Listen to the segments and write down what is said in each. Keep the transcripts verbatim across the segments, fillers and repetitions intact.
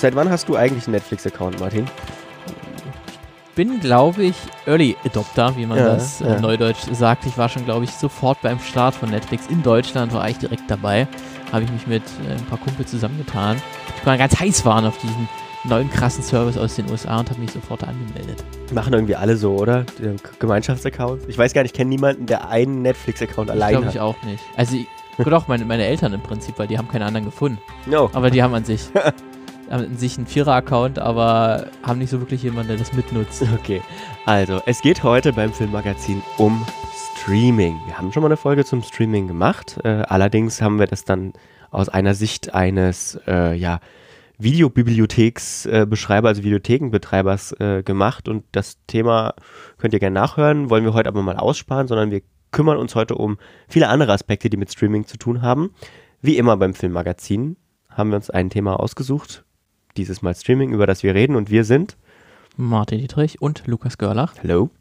Seit wann hast du eigentlich einen Netflix-Account, Martin? Bin, glaube ich, Early Adopter, wie man ja, das äh, ja. neudeutsch sagt. Ich war schon, glaube ich, sofort beim Start von Netflix in Deutschland, war ich direkt dabei. Habe ich mich mit äh, ein paar Kumpels zusammengetan, die waren ganz heiß waren auf diesen neuen krassen Service aus den U S A und habe mich sofort angemeldet. Machen irgendwie alle so, oder? Die Gemeinschaftsaccounts. Ich weiß gar nicht, ich kenne niemanden, der einen Netflix-Account allein hat. Glaube ich auch nicht. Also, ich, gut auch meine, meine Eltern im Prinzip, weil die haben keine anderen gefunden. No. Aber die haben an sich, haben an sich einen Vierer-Account, aber haben nicht so wirklich jemanden, der das mitnutzt. Okay, also es geht heute beim Filmmagazin um Streaming. Wir haben schon mal eine Folge zum Streaming gemacht. Äh, allerdings haben wir das dann aus einer Sicht eines, äh, ja, Videobibliotheksbeschreiber, also Videothekenbetreibers äh, gemacht und das Thema könnt ihr gerne nachhören, wollen wir heute aber mal aussparen, sondern wir kümmern uns heute um viele andere Aspekte, die mit Streaming zu tun haben. Wie immer beim Filmmagazin haben wir uns ein Thema ausgesucht, dieses Mal Streaming, über das wir reden und wir sind Martin Dietrich und Lukas Görlach. Hallo.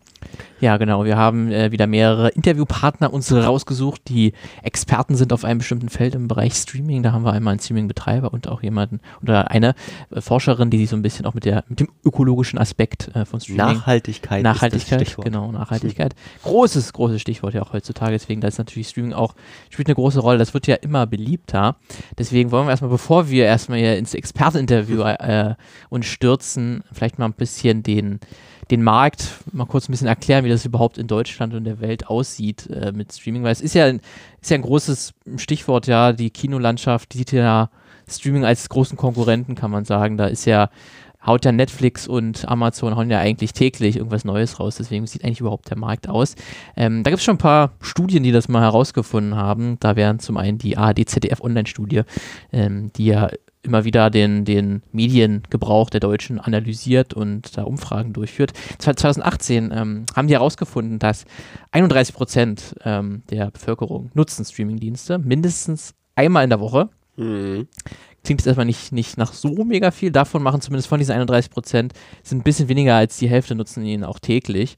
Ja, genau. Wir haben äh, wieder mehrere Interviewpartner uns rausgesucht, die Experten sind auf einem bestimmten Feld im Bereich Streaming. Da haben wir einmal einen Streaming-Betreiber und auch jemanden oder eine äh, Forscherin, die sich so ein bisschen auch mit der mit dem ökologischen Aspekt äh, von Streaming. Nachhaltigkeit. Nachhaltigkeit, ist das Stichwort. genau, Nachhaltigkeit. Großes, großes Stichwort ja auch heutzutage. Deswegen, da ist natürlich Streaming auch, spielt eine große Rolle. Das wird ja immer beliebter. Deswegen wollen wir erstmal, bevor wir erstmal hier ins Experteninterview äh, uns stürzen, vielleicht mal ein bisschen den den Markt mal kurz ein bisschen erklären, wie das überhaupt in Deutschland und der Welt aussieht äh, mit Streaming, weil es ist ja, ein, ist ja ein großes Stichwort, ja, die Kinolandschaft, die sieht ja Streaming als großen Konkurrenten, kann man sagen, da ist ja, haut ja Netflix und Amazon hauen ja eigentlich täglich irgendwas Neues raus, deswegen sieht eigentlich überhaupt der Markt aus. Ähm, da gibt es schon ein paar Studien, die das mal herausgefunden haben, da wären zum einen die A R D-Z D F-Online-Studie, ähm, die ja immer wieder den, den Mediengebrauch der Deutschen analysiert und da Umfragen durchführt. zwanzig achtzehn ähm, haben die herausgefunden, dass einunddreißig Prozent ähm, der Bevölkerung nutzen Streamingdienste, mindestens einmal in der Woche. Mhm. Klingt jetzt erstmal nicht, nicht nach so mega viel. Davon machen zumindest von diesen einunddreißig Prozent, sind ein bisschen weniger als die Hälfte, nutzen ihn auch täglich.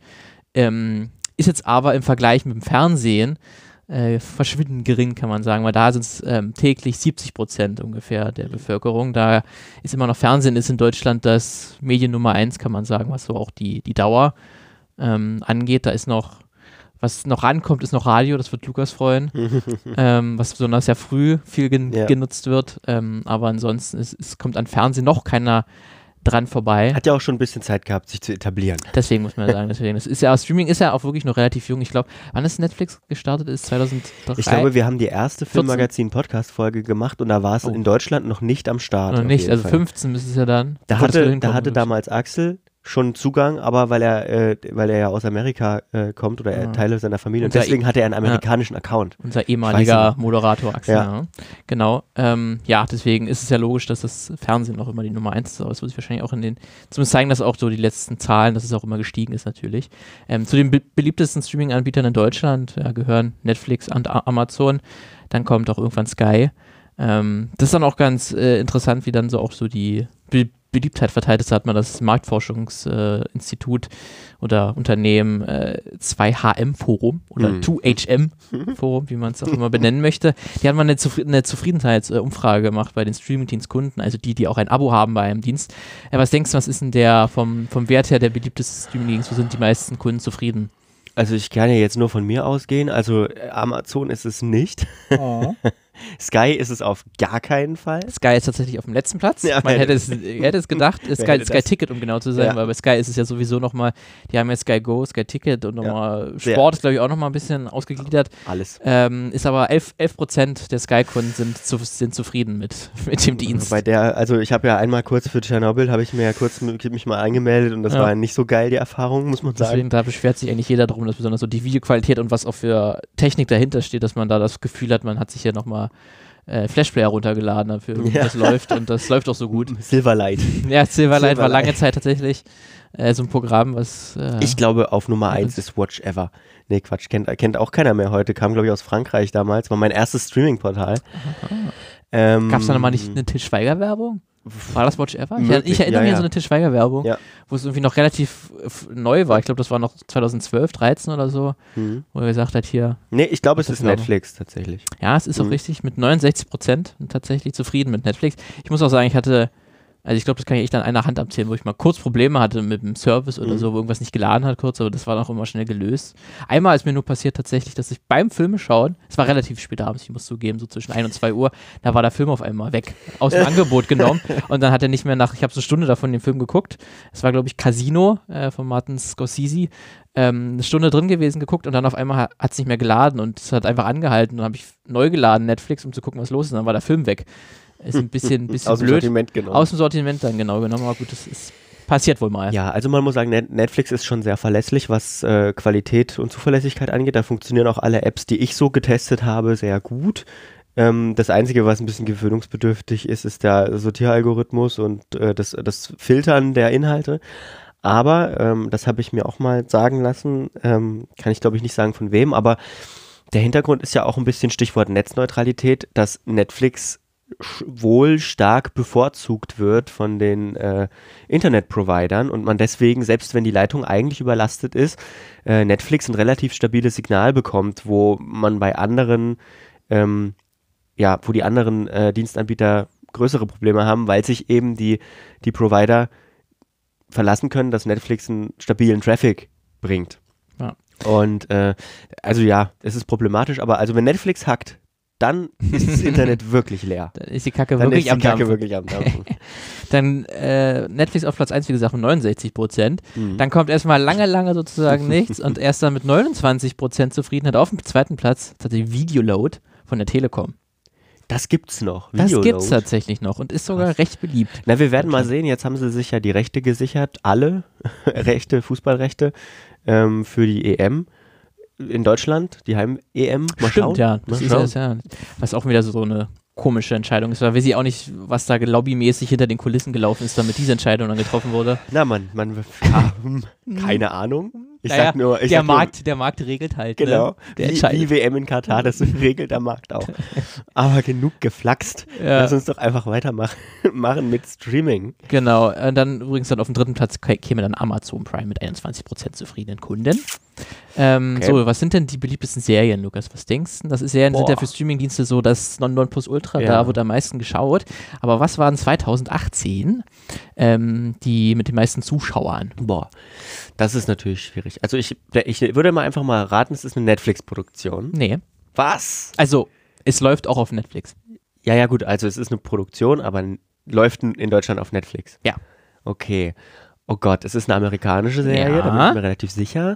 Ähm, ist jetzt aber im Vergleich mit dem Fernsehen Äh, verschwindend gering, kann man sagen, weil da sind es ähm, täglich siebzig Prozent ungefähr der Bevölkerung. Da ist immer noch Fernsehen, ist in Deutschland das Medien Nummer eins, kann man sagen, was so auch die, die Dauer ähm, angeht. Da ist noch, was noch rankommt, ist noch Radio, das wird Lukas freuen, ähm, was besonders ja früh viel gen- ja. genutzt wird. Ähm, aber ansonsten ist, es kommt an Fernsehen noch keiner dran vorbei. Hat ja auch schon ein bisschen Zeit gehabt, sich zu etablieren. Deswegen muss man sagen, deswegen. Das ist ja, Streaming ist ja auch wirklich noch relativ jung. Ich glaube, wann ist Netflix gestartet ist? zweitausenddrei? Ich glaube, wir haben die erste Filmmagazin-Podcast-Folge gemacht und da war es Oh. in Deutschland noch nicht am Start. Noch auf nicht, jeden also Fall. fünfzehn müsste es ja dann. Da bevor das hatte, wieder da hinkommen hatte wird. damals Axel schon Zugang, aber weil er, äh, weil er ja aus Amerika äh, kommt oder er Ah. Teile seiner Familie und Unser deswegen hatte er einen amerikanischen Account. Unser Ich ehemaliger weiß Moderator Axel, Ja. ja. Genau. Ähm, ja, deswegen ist es ja logisch, dass das Fernsehen noch immer die Nummer eins ist. Aber das wird sich wahrscheinlich auch in den, zumindest zeigen das auch so die letzten Zahlen, dass es auch immer gestiegen ist natürlich. Ähm, zu den be- beliebtesten Streaming-Anbietern in Deutschland ja, gehören Netflix und A- Amazon. Dann kommt auch irgendwann Sky. Ähm, das ist dann auch ganz äh, interessant, wie dann so auch so die Be- Beliebtheit verteilt ist. Da hat man das Marktforschungsinstitut äh, oder Unternehmen äh, zwei H M Forum oder Mhm. zwei H M Forum, wie man es auch immer benennen möchte. Die haben mal eine, Zufri- eine Zufriedenheitsumfrage gemacht bei den Streamingdienstkunden, also die, die auch ein Abo haben bei einem Dienst. Äh, was denkst du, was ist denn der vom, vom Wert her der beliebteste Streamingdienst? Wo sind die meisten Kunden zufrieden? Also ich kann ja jetzt nur von mir ausgehen, also äh, Amazon ist es nicht. Oh. Sky ist es auf gar keinen Fall. Sky ist tatsächlich auf dem letzten Platz. Ja, Man wer hätte es, hätte es gedacht, Wer Sky, hätte Sky das? Ticket, um genau zu sein, Ja. weil bei Sky ist es ja sowieso nochmal, die haben ja Sky Go, Sky Ticket und nochmal Sehr. Sport ist, glaube ich, auch nochmal ein bisschen ausgegliedert. Alles. Ähm, ist aber elf Prozent der Sky-Kunden sind, zu, sind zufrieden mit, mit dem Dienst. Bei der, also ich habe ja einmal kurz für Tschernobyl, habe ich mir ja kurz m- mich mal angemeldet und das Ja. war nicht so geil, die Erfahrung, muss man sagen. Deswegen, da beschwert sich eigentlich jeder darum, dass besonders so die Videoqualität und was auch für Technik dahinter steht, dass man da das Gefühl hat, man hat sich hier nochmal äh, Flashplayer runtergeladen dafür, Ja. das läuft und das läuft auch so gut. Silverlight. Ja, Silverlight war Silverlight. lange Zeit tatsächlich äh, so ein Programm, was äh, Ich glaube, auf Nummer Ja. eins ist Watch Ever. Nee, Quatsch, kennt, kennt auch keiner mehr heute. Kam, glaube ich, aus Frankreich damals. War mein erstes Streaming-Portal. Ähm, gab es da nochmal nicht eine Til Schweiger-Werbung? War das Watch Ever? Ich, Möglich, ich erinnere ja, mich ja. an so eine Til Schweiger-Werbung, Ja. wo es irgendwie noch relativ f- neu war. Ich glaube, das war noch zweitausendzwölf, dreizehn oder so, Mhm. wo er gesagt hat, hier, Nee, ich glaube, es Das ist ist Werbung. Netflix tatsächlich. ja, es ist auch Mhm. richtig, mit neunundsechzig Prozent tatsächlich zufrieden mit Netflix. Ich muss auch sagen, ich hatte Also ich glaube, das kann ich echt an einer Hand abzählen, wo ich mal kurz Probleme hatte mit dem Service oder Mhm. so, wo irgendwas nicht geladen hat kurz, aber das war dann auch immer schnell gelöst. Einmal ist mir nur passiert tatsächlich, dass ich beim Filmeschauen, es war relativ spät abends, ich muss zugeben, so zwischen ein und zwei Uhr, da war der Film auf einmal weg, aus dem Angebot genommen und dann hat er nicht mehr nach, ich habe so eine Stunde davon den Film geguckt, es war glaube ich Casino äh, von Martin Scorsese, ähm, eine Stunde drin gewesen, geguckt und dann auf einmal hat es nicht mehr geladen und es hat einfach angehalten und dann habe ich neu geladen, Netflix, um zu gucken, was los ist und dann war der Film weg. Ist ein bisschen, bisschen Aus dem blöd. Sortiment genommen. Aus dem Sortiment dann genau genommen, aber gut, das ist passiert wohl mal. Ja, also man muss sagen, Net- Netflix ist schon sehr verlässlich, was äh, Qualität und Zuverlässigkeit angeht. Da funktionieren auch alle Apps, die ich so getestet habe, sehr gut. Ähm, das Einzige, was ein bisschen gewöhnungsbedürftig ist, ist der Sortieralgorithmus und äh, das, das Filtern der Inhalte. Aber, ähm, das habe ich mir auch mal sagen lassen, ähm, kann ich glaube ich nicht sagen von wem, aber der Hintergrund ist ja auch ein bisschen Stichwort Netzneutralität, dass Netflix sch- wohl stark bevorzugt wird von den äh, Internetprovidern und man deswegen, selbst wenn die Leitung eigentlich überlastet ist, äh, Netflix ein relativ stabiles Signal bekommt, wo man bei anderen, ähm, ja, wo die anderen äh, Dienstanbieter größere Probleme haben, weil sich eben die, die Provider verlassen können, dass Netflix einen stabilen Traffic bringt. Ja. Und äh, also ja, es ist problematisch, aber also wenn Netflix hackt, dann ist das Internet wirklich leer. Dann ist die Kacke Dann wirklich ist die am Kacke Dampfen. wirklich am Dampfen. Dann äh, Netflix auf Platz eins, wie gesagt, mit neunundsechzig Prozent. Mhm. Dann kommt erstmal lange, lange sozusagen nichts und erst dann mit neunundzwanzig Prozent Zufriedenheit auf dem zweiten Platz tatsächlich Videoload von der Telekom. Das gibt's noch. Das Videoload. gibt's tatsächlich noch und ist sogar Krass. recht beliebt. Na, wir werden mal sehen. Jetzt haben sie sich ja die Rechte gesichert, alle Rechte, Fußballrechte ähm, für die E M in Deutschland, die Heim-E M. Mal Stimmt, schauen. ja. Das Mal ist schauen. das, ja. Was auch wieder so eine komische Entscheidung ist, weil wir sie auch nicht, was da lobbymäßig hinter den Kulissen gelaufen ist, damit diese Entscheidung dann getroffen wurde. Na, man, man, ja, hm, keine Ahnung. Ich Naja, sag nur, ich der sag nur, Markt, der Markt regelt halt. genau, Ne? Der wie, entscheidet. wie W M in Katar, das regelt der Markt auch. Aber genug geflaxt. Ja. Lass uns doch einfach weitermachen machen mit Streaming. Genau, äh, dann übrigens dann auf dem dritten Platz kä- käme dann Amazon Prime mit einundzwanzig Prozent zufriedenen Kunden. Ähm, Okay. So, was sind denn die beliebtesten Serien, Lukas? Was denkst du? Das ist Serien sind ja Boah. für Streamingdienste so das Nonplusultra, Ja. da wird am meisten geschaut. Aber was waren zweitausendachtzehn ähm, die mit den meisten Zuschauern? Boah, das ist natürlich schwierig. Also ich, ich würde mal einfach mal raten, es ist eine Netflix-Produktion. Nee, Was? also es läuft auch auf Netflix. Ja, ja gut, also es ist eine Produktion, aber n- läuft n- in Deutschland auf Netflix. Ja. Okay. Oh Gott, es ist eine amerikanische Serie, Ja. da bin ich mir relativ sicher.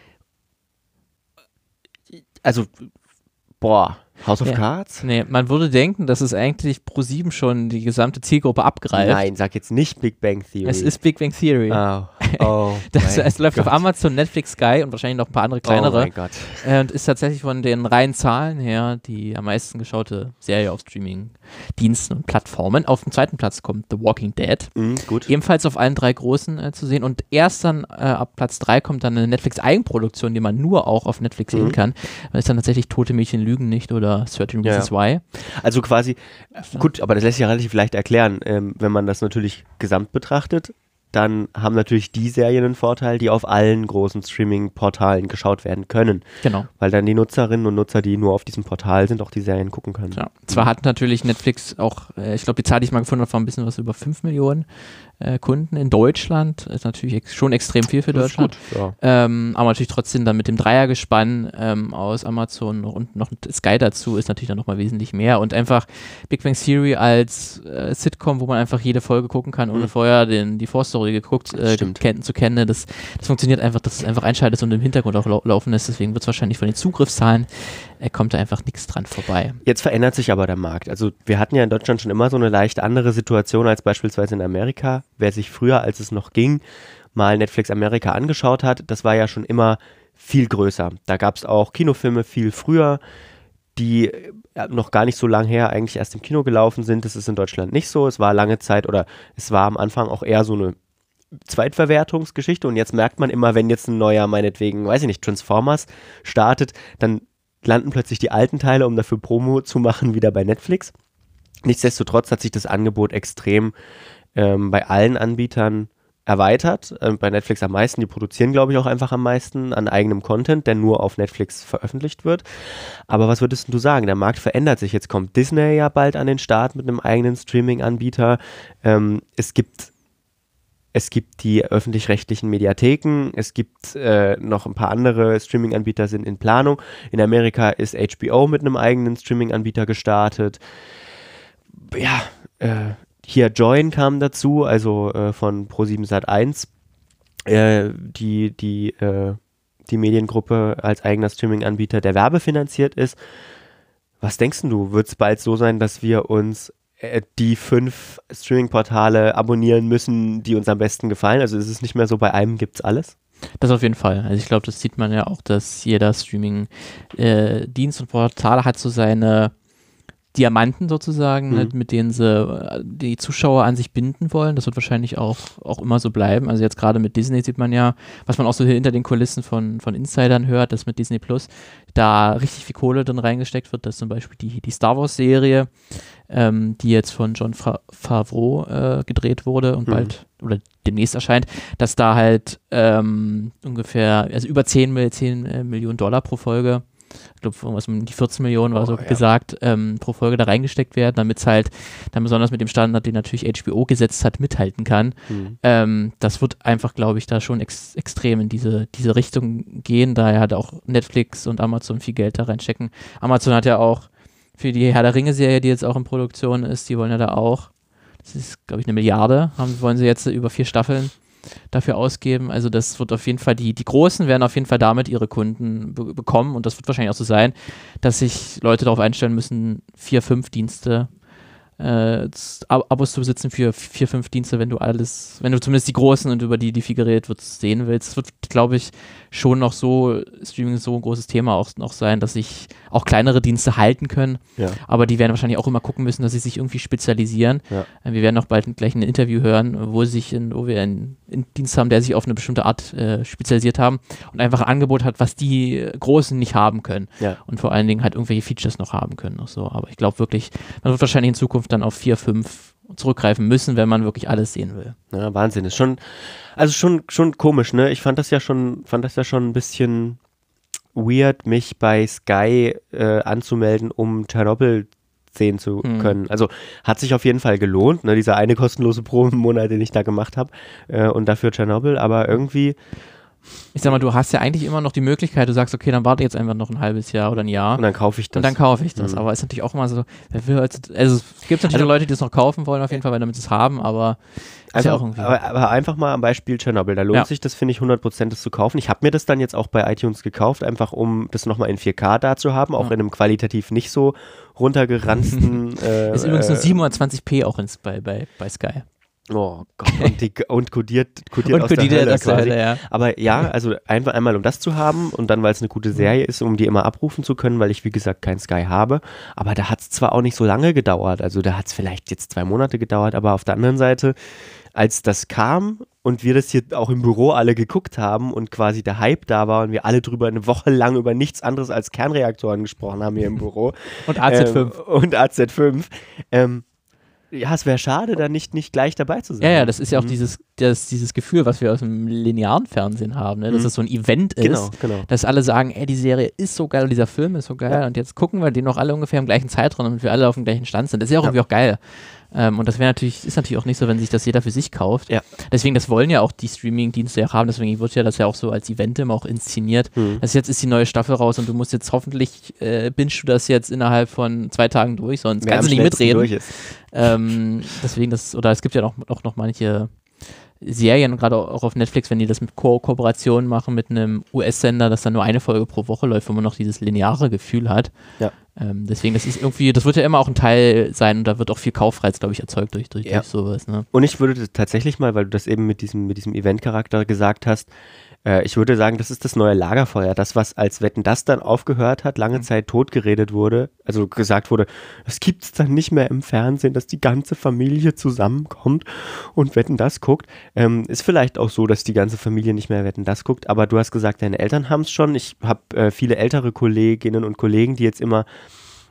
Also, boah, House of Ja. Cards? Nee, man würde denken, dass es eigentlich ProSieben schon die gesamte Zielgruppe abgreift. Nein, sag jetzt nicht Big Bang Theory. Es ist Big Bang Theory. Oh, oh Das, mein es läuft Gott. auf Amazon, Netflix, Sky und wahrscheinlich noch ein paar andere Oh kleinere. mein Gott. Äh, und ist tatsächlich von den reinen Zahlen her die am meisten geschaute Serie auf Streaming-Diensten und Plattformen. Auf dem zweiten Platz kommt The Walking Dead. Mhm, gut. Ebenfalls auf allen drei großen äh, zu sehen. Und erst dann äh, ab Platz drei kommt dann eine Netflix-Eigenproduktion, die man nur auch auf Netflix sehen Mhm. kann. Das ist dann tatsächlich Tote Mädchen lügen nicht oder thirteen Ja, Reasons Why. Also quasi, gut, aber das lässt sich ja relativ leicht erklären. Ähm, wenn man das natürlich gesamt betrachtet, dann haben natürlich die Serien einen Vorteil, die auf allen großen Streaming-Portalen geschaut werden können. Genau. Weil dann die Nutzerinnen und Nutzer, die nur auf diesem Portal sind, auch die Serien gucken können. Ja. Zwar hat natürlich Netflix auch, äh, ich glaube, die Zahl, die ich mal gefunden habe, war ein bisschen was über fünf Millionen äh, Kunden in Deutschland. Ist natürlich ex schon extrem viel für Das ist Deutschland. gut, ja. Ähm, aber natürlich trotzdem dann mit dem Dreiergespann ähm, aus Amazon und noch Sky dazu ist natürlich dann nochmal wesentlich mehr. Und einfach Big Bang Theory als äh, Sitcom, wo man einfach jede Folge gucken kann, ohne Mhm. vorher den, die Vorstory geguckt äh, Stimmt. kennen, zu kennen. Das, das funktioniert einfach, dass es einfach einschaltet und im Hintergrund auch lau laufen ist. Deswegen wird es wahrscheinlich von den Zugriffszahlen, äh, kommt da einfach nichts dran vorbei. Jetzt verändert sich aber der Markt. Also wir hatten ja in Deutschland schon immer so eine leicht andere Situation als beispielsweise in Amerika. Wer sich früher, als es noch ging, mal Netflix Amerika angeschaut hat, das war ja schon immer viel größer. Da gab es auch Kinofilme viel früher, die äh, noch gar nicht so lang her eigentlich erst im Kino gelaufen sind. Das ist in Deutschland nicht so. Es war lange Zeit oder es war am Anfang auch eher so eine Zweitverwertungsgeschichte und jetzt merkt man immer, wenn jetzt ein neuer, meinetwegen, weiß ich nicht, Transformers startet, dann landen plötzlich die alten Teile, um dafür Promo zu machen, wieder bei Netflix. Nichtsdestotrotz hat sich das Angebot extrem ähm, bei allen Anbietern erweitert. Äh, bei Netflix am meisten. Die produzieren, glaube ich, auch einfach am meisten an eigenem Content, der nur auf Netflix veröffentlicht wird. Aber was würdest du sagen? Der Markt verändert sich. Jetzt kommt Disney ja bald an den Start mit einem eigenen Streaming-Anbieter. Ähm, es gibt Es gibt die öffentlich-rechtlichen Mediatheken, es gibt äh, noch ein paar andere Streaming-Anbieter sind in Planung. In Amerika ist H B O mit einem eigenen Streaming-Anbieter gestartet. Ja, äh, hier Joyn kam dazu, also äh, von ProSieben Sat eins, äh, die, die, äh, die Mediengruppe als eigener Streaming-Anbieter, der werbefinanziert ist. Was denkst du, wird es bald so sein, dass wir uns die fünf Streaming-Portale abonnieren müssen, die uns am besten gefallen? Also ist es nicht mehr so, bei einem gibt's alles? Das auf jeden Fall. Also ich glaube, das sieht man ja auch, dass jeder Streaming-Dienst und Portal hat so seine Diamanten sozusagen, mhm. halt, mit denen sie äh, die Zuschauer an sich binden wollen. Das wird wahrscheinlich auch, auch immer so bleiben. Also jetzt gerade mit Disney sieht man ja, was man auch so hinter den Kulissen von, von Insidern hört, dass mit Disney Plus da richtig viel Kohle drin reingesteckt wird, dass zum Beispiel die, die Star Wars Serie, ähm, die jetzt von Jon Favreau äh, gedreht wurde und mhm. bald oder demnächst erscheint, dass da halt ähm, ungefähr, also über zehn Millionen Dollar pro Folge, ich glaube, irgendwas um die vierzehn Millionen war so oh, ja. gesagt, ähm, pro Folge da reingesteckt werden, damit es halt dann besonders mit dem Standard, den natürlich H B O gesetzt hat, mithalten kann. Mhm. Ähm, das wird einfach, glaube ich, da schon ex extrem in diese, diese Richtung gehen, da hat auch Netflix und Amazon viel Geld da reinstecken. Amazon hat ja auch für die Herr der Ringe-Serie, die jetzt auch in Produktion ist, die wollen ja da auch, das ist, glaube ich, eine Milliarde, haben, wollen sie jetzt über vier Staffeln dafür ausgeben. Also das wird auf jeden Fall, die, die Großen werden auf jeden Fall damit ihre Kunden be bekommen und das wird wahrscheinlich auch so sein, dass sich Leute darauf einstellen müssen, vier, fünf Dienste äh, Abos zu besitzen für vier, fünf Dienste, wenn du alles, wenn du zumindest die Großen und über die, die viel geredet wird, sehen willst. Das wird, glaube ich, schon noch so, Streaming ist so ein großes Thema auch noch sein, dass sich auch kleinere Dienste halten können, ja. aber die werden wahrscheinlich auch immer gucken müssen, dass sie sich irgendwie spezialisieren. Ja. Wir werden auch bald gleich ein Interview hören, wo, sich in, wo wir einen, einen Dienst haben, der sich auf eine bestimmte Art äh, spezialisiert haben und einfach ein Angebot hat, was die Großen nicht haben können ja. und vor allen Dingen halt irgendwelche Features noch haben können. Auch so. Aber ich glaube wirklich, man wird wahrscheinlich in Zukunft dann auf vier, fünf zurückgreifen müssen, wenn man wirklich alles sehen will. Ja, Wahnsinn. Ist schon, also schon, schon komisch, ne? Ich fand das ja schon, fand das ja schon ein bisschen weird, mich bei Sky äh, anzumelden, um Tschernobyl sehen zu hm. können. Also hat sich auf jeden Fall gelohnt, ne? Dieser eine kostenlose Probenmonat, den ich da gemacht habe äh, und dafür Tschernobyl, aber irgendwie ich sag mal, du hast ja eigentlich immer noch die Möglichkeit, du sagst, okay, dann warte jetzt einfach noch ein halbes Jahr oder ein Jahr. Und dann kaufe ich das. Und dann kaufe ich das. Mhm. Aber ist natürlich auch immer so, also es gibt natürlich also, Leute, die es noch kaufen wollen auf jeden Fall, weil damit sie es haben, aber also, ja auch irgendwie. Aber, aber einfach mal am Beispiel Tschernobyl, da lohnt ja. sich das, finde ich, hundert Prozent das zu kaufen. Ich habe mir das dann jetzt auch bei iTunes gekauft, einfach um das nochmal in vier K da zu haben, auch ja. in einem qualitativ nicht so runtergeranzten äh, ist übrigens nur siebenhundertzwanzig p auch ins, bei, bei, bei Sky. Oh Gott, und, die, und kodiert, kodiert und aus kodiert der Hölle quasi. Hölle, ja. Aber ja, also einfach einmal um das zu haben und dann, weil es eine gute Serie ist, um die immer abrufen zu können, weil ich, wie gesagt, kein Sky habe. Aber da hat es zwar auch nicht so lange gedauert, also da hat es vielleicht jetzt zwei Monate gedauert, aber auf der anderen Seite, als das kam und wir das hier auch im Büro alle geguckt haben und quasi der Hype da war und wir alle drüber eine Woche lang über nichts anderes als Kernreaktoren gesprochen haben hier im Büro. und A Z fünf. Ähm, und A Z fünf. Ähm, Ja, es wäre schade, da nicht, nicht gleich dabei zu sein. Ja, ja, das ist ja auch mhm. dieses, das, dieses Gefühl, was wir aus dem linearen Fernsehen haben, ne? dass mhm. es so ein Event ist, genau, genau. dass alle sagen, ey, die Serie ist so geil und dieser Film ist so geil ja. und jetzt gucken wir den noch alle ungefähr im gleichen Zeitraum, damit wir alle auf dem gleichen Stand sind. Das ist ja auch ja. irgendwie auch geil. Ähm, und das wäre natürlich, ist natürlich auch nicht so, wenn sich das jeder für sich kauft. Ja. Deswegen, das wollen ja auch die Streaming-Dienste ja haben, deswegen wird ja das ja auch so als Event immer auch inszeniert. Mhm. Also jetzt ist die neue Staffel raus und du musst jetzt hoffentlich, äh, bingst du das jetzt innerhalb von zwei Tagen durch, sonst Wer kannst du nicht mitreden. Durch ist. Ähm, deswegen das, oder es gibt ja noch, auch noch manche Serien, gerade auch auf Netflix, wenn die das mit Ko Kooperationen machen mit einem U S-Sender, dass dann nur eine Folge pro Woche läuft, wo man noch dieses lineare Gefühl hat. Ja. Ähm, deswegen, das ist irgendwie, das wird ja immer auch ein Teil sein und da wird auch viel Kaufreiz, glaube ich, erzeugt durch, durch, ja. durch sowas. Ne? Und ich würde tatsächlich mal, weil du das eben mit diesem, mit diesem Event-Charakter gesagt hast, äh, ich würde sagen, das ist das neue Lagerfeuer. Das, was als Wetten, das dann aufgehört hat, lange Zeit totgeredet wurde, also gesagt wurde, das gibt es dann nicht mehr im Fernsehen, dass die ganze Familie zusammenkommt und Wetten, das guckt. Ähm, ist vielleicht auch so, dass die ganze Familie nicht mehr Wetten, das guckt, aber du hast gesagt, deine Eltern haben es schon. Ich habe äh, viele ältere Kolleginnen und Kollegen, die jetzt immer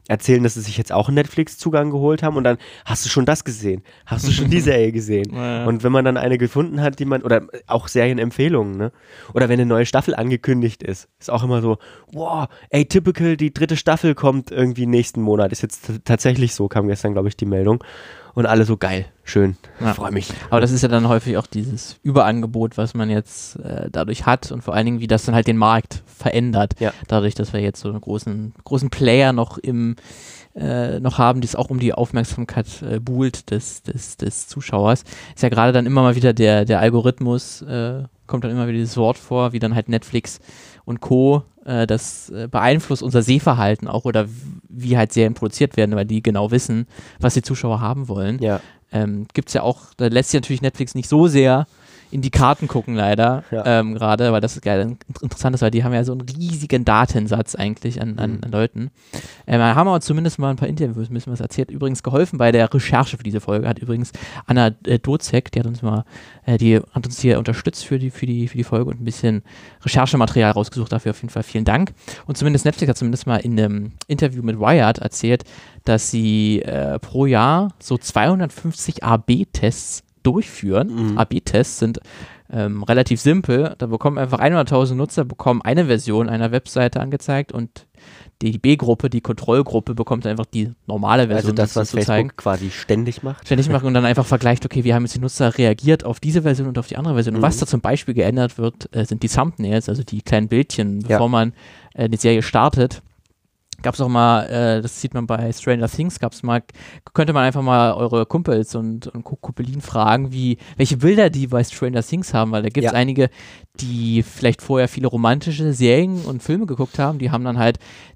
erzählen, dass sie sich jetzt auch einen Netflix-Zugang geholt haben und dann hast du schon das gesehen, hast du schon die Serie gesehen. Ja. Und wenn man dann eine gefunden hat, die man, oder auch Serienempfehlungen, ne? Oder wenn eine neue Staffel angekündigt ist, ist auch immer so, wow, ey, typical, die dritte Staffel kommt irgendwie nächsten Monat. Ist jetzt t- tatsächlich so, kam gestern, glaube ich, die Meldung. Und alle so, geil, schön, Ja. freue mich. Aber das ist ja dann häufig auch dieses Überangebot, was man jetzt äh, dadurch hat und vor allen Dingen, wie das dann halt den Markt verändert. Ja. Dadurch, dass wir jetzt so einen großen, großen Player noch im äh, noch haben, die es auch um die Aufmerksamkeit äh, buhlt des, des, des Zuschauers. Ist ja gerade dann immer mal wieder der, der Algorithmus, äh, kommt dann immer wieder dieses Wort vor, wie dann halt Netflix und Co. Äh, das äh, beeinflusst unser Sehverhalten auch oder w- wie halt Serien produziert werden, weil die genau wissen, was die Zuschauer haben wollen. Ja. Ähm, gibt's ja auch, da lässt sich natürlich Netflix nicht so sehr in die Karten gucken, leider, Ja. ähm, gerade, weil das geil interessant ist, weil die haben ja so einen riesigen Datensatz eigentlich an, an, Mhm. an Leuten. Ähm, wir haben aber zumindest mal ein paar Interviews, müssen wir es erzählt, übrigens geholfen bei der Recherche für diese Folge, hat übrigens Anna äh, Dozek, die hat uns mal, äh, die hat uns hier unterstützt für die, für die, für die Folge und ein bisschen Recherchematerial rausgesucht, dafür auf jeden Fall vielen Dank. Und zumindest Netflix hat zumindest mal in einem Interview mit Wired erzählt, dass sie äh, pro Jahr so zweihundertfünfzig A B Tests durchführen. Mhm. A B Tests sind ähm, relativ simpel. Da bekommen einfach hunderttausend Nutzer bekommen eine Version einer Webseite angezeigt und die B-Gruppe, die Kontrollgruppe, bekommt einfach die normale Version. Also das, was zu zeigen. Facebook quasi ständig macht. Ständig machen und dann einfach vergleicht, okay, wie haben jetzt die Nutzer reagiert auf diese Version und auf die andere Version. Und Mhm. was da zum Beispiel geändert wird, äh, sind die Thumbnails, also die kleinen Bildchen, Ja. bevor man äh, eine Serie startet. Gab es auch mal, äh, das sieht man bei Stranger Things, gab es mal, könnte man einfach mal eure Kumpels und, und Kumpelin fragen, wie, welche Bilder die bei Stranger Things haben, weil da gibt es Ja. einige, die vielleicht vorher viele romantische Serien und Filme geguckt haben, die haben dann halt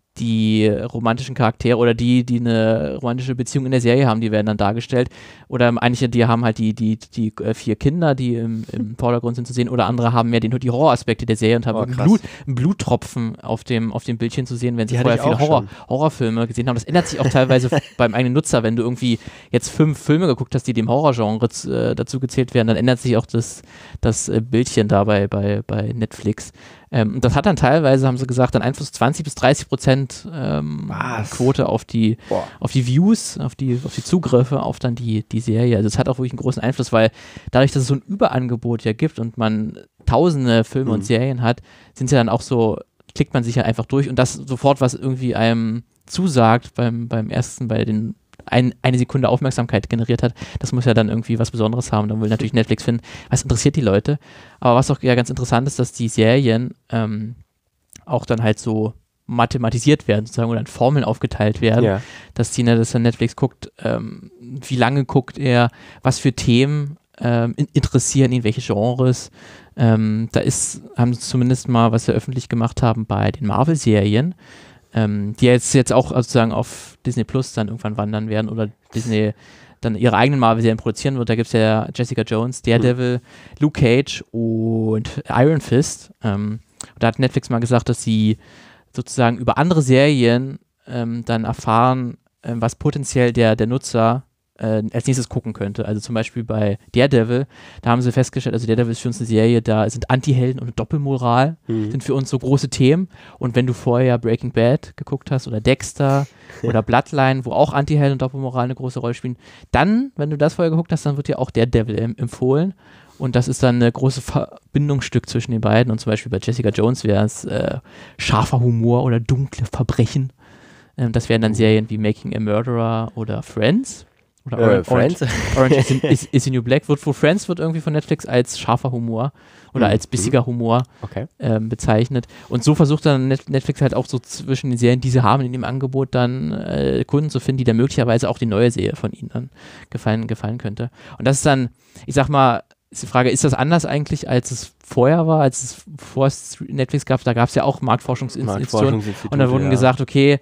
die romantischen Charaktere oder die, die eine romantische Beziehung in der Serie haben, die werden dann dargestellt. Oder einige, die haben halt die, die, die äh, vier Kinder, die im, im Vordergrund sind zu sehen. Oder andere haben mehr die, die Horroraspekte der Serie und haben Oh, einen, krass. Blut, einen Bluttropfen auf dem, auf dem Bildchen zu sehen, wenn sie Die hatte vorher ich viele auch Horror, schon. Horrorfilme gesehen haben. Das ändert sich auch teilweise beim eigenen Nutzer. Wenn du irgendwie jetzt fünf Filme geguckt hast, die dem Horrorgenre äh, dazu gezählt werden, dann ändert sich auch das, das äh, Bildchen dabei bei, bei Netflix. Ähm, und das hat dann teilweise, haben sie gesagt, dann Einfluss zwanzig bis dreißig Prozent ähm, Was? Quote auf die, Boah. auf die Views, auf die, auf die Zugriffe auf dann die, die Serie. Also es hat auch wirklich einen großen Einfluss, weil dadurch, dass es so ein Überangebot ja gibt und man tausende Filme Mhm. und Serien hat, sind ja dann auch so, klickt man sich ja einfach durch und das sofort, was irgendwie einem zusagt beim, beim ersten, bei den ein, eine Sekunde Aufmerksamkeit generiert hat, das muss ja dann irgendwie was Besonderes haben. Dann will natürlich Netflix finden, was interessiert die Leute. Aber was auch ja ganz interessant ist, dass die Serien ähm, auch dann halt so mathematisiert werden, sozusagen, oder in Formeln aufgeteilt werden, Ja. dass die, ne, dass dann Netflix guckt, ähm, wie lange guckt er, was für Themen ähm, in, interessieren ihn, welche Genres. Ähm, da ist, haben sie zumindest mal, was wir öffentlich gemacht haben bei den Marvel-Serien, ähm, die jetzt, jetzt auch sozusagen auf Disney Plus dann irgendwann wandern werden oder Disney dann ihre eigenen Marvel-Serien produzieren wird. Da gibt es ja Jessica Jones, Daredevil, Luke Cage und Iron Fist. Ähm, da hat Netflix mal gesagt, dass sie sozusagen über andere Serien ähm, dann erfahren, ähm, was potenziell der, der Nutzer äh, als nächstes gucken könnte. Also zum Beispiel bei Daredevil, da haben sie festgestellt, also Daredevil ist für uns eine Serie, da sind Anti-Helden und Doppelmoral Mhm. sind für uns so große Themen. Und wenn du vorher Breaking Bad geguckt hast oder Dexter oder Bloodline, wo auch Anti-Helden und Doppelmoral eine große Rolle spielen, dann, wenn du das vorher geguckt hast, dann wird dir auch Daredevil em- empfohlen. Und das ist dann ein großes Verbindungsstück zwischen den beiden. Und zum Beispiel bei Jessica Jones wäre es äh, scharfer Humor oder dunkle Verbrechen. Ähm, das wären dann Serien wie Making a Murderer oder Friends. Oder Äh, Orange, Friends? Orange, Orange is, in, is, is the New Black. Wird wohl Friends wird irgendwie von Netflix als scharfer Humor oder Mhm. als bissiger Humor Okay. ähm, bezeichnet. Und so versucht dann Net Netflix halt auch so zwischen den Serien, die sie haben, in dem Angebot dann äh, Kunden zu finden, die dann möglicherweise auch die neue Serie von ihnen dann gefallen, gefallen könnte. Und das ist dann, ich sag mal, ist die Frage, ist das anders eigentlich, als es vorher war, als es vor es Netflix gab? Da gab es ja auch Marktforschungsinstitutionen. Marktforschungsinstitute, Und da wurden ja. gesagt, okay,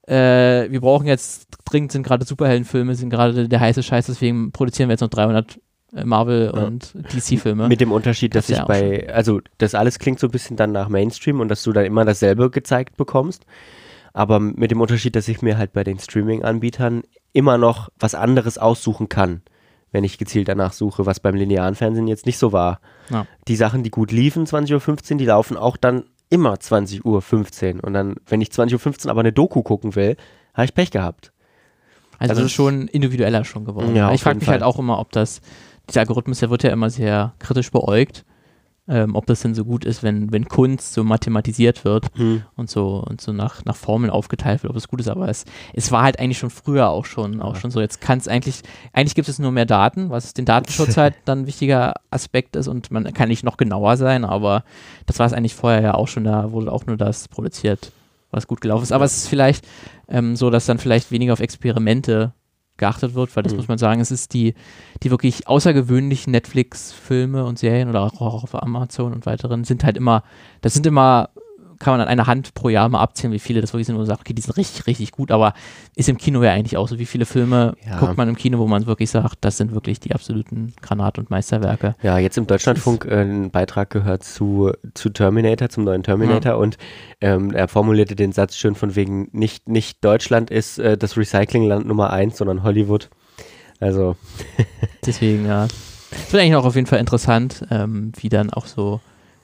äh, wir brauchen jetzt, dringend sind gerade Superheldenfilme, sind gerade der heiße Scheiß, deswegen produzieren wir jetzt noch dreihundert äh, Marvel- Ja. und D C-Filme. Mit dem Unterschied, dass Das ist ich ja auch bei, also das alles klingt so ein bisschen dann nach Mainstream und dass du dann immer dasselbe gezeigt bekommst. Aber mit dem Unterschied, dass ich mir halt bei den Streaming-Anbietern immer noch was anderes aussuchen kann, wenn ich gezielt danach suche, was beim linearen Fernsehen jetzt nicht so war. Ja. Die Sachen, die gut liefen, zwanzig Uhr fünfzehn, die laufen auch dann immer zwanzig Uhr fünfzehn. Und dann, wenn ich zwanzig Uhr fünfzehn aber eine Doku gucken will, habe ich Pech gehabt. Also, Also das ist schon individueller schon geworden. Ja, ich frage mich Fall. halt auch immer, ob das, dieser Algorithmus, der wird ja immer sehr kritisch beäugt, ähm, ob das denn so gut ist, wenn, wenn Kunst so mathematisiert wird hm. und so und so nach, nach Formeln aufgeteilt wird, ob es gut ist, aber es, es war halt eigentlich schon früher auch schon, auch schon so. Jetzt kann es eigentlich, eigentlich gibt es nur mehr Daten, was den Datenschutz halt dann ein wichtiger Aspekt ist und man kann nicht noch genauer sein, aber das war es eigentlich vorher ja auch schon, da wurde auch nur das produziert, was gut gelaufen ist. Aber es ist vielleicht ähm, so, dass dann vielleicht weniger auf Experimente geachtet wird, weil das mhm. muss man sagen, es ist die, die wirklich außergewöhnlichen Netflix-Filme und Serien oder auch auf Amazon und weiteren sind halt immer, das sind immer, kann man an einer Hand pro Jahr mal abzählen, wie viele das wirklich sind und sagt, okay, die sind richtig, richtig gut, aber ist im Kino ja eigentlich auch so, wie viele Filme ja. guckt man im Kino, wo man wirklich sagt, das sind wirklich die absoluten Granat- und Meisterwerke. Ja, jetzt im Deutschlandfunk äh, ein Beitrag gehört zu, zu Terminator, zum neuen Terminator ja. und ähm, er formulierte den Satz schön von wegen, nicht, nicht Deutschland ist äh, das Recyclingland Nummer eins, sondern Hollywood. Also. Deswegen, ja. Es wird eigentlich auch auf jeden Fall interessant, ähm, wie dann auch so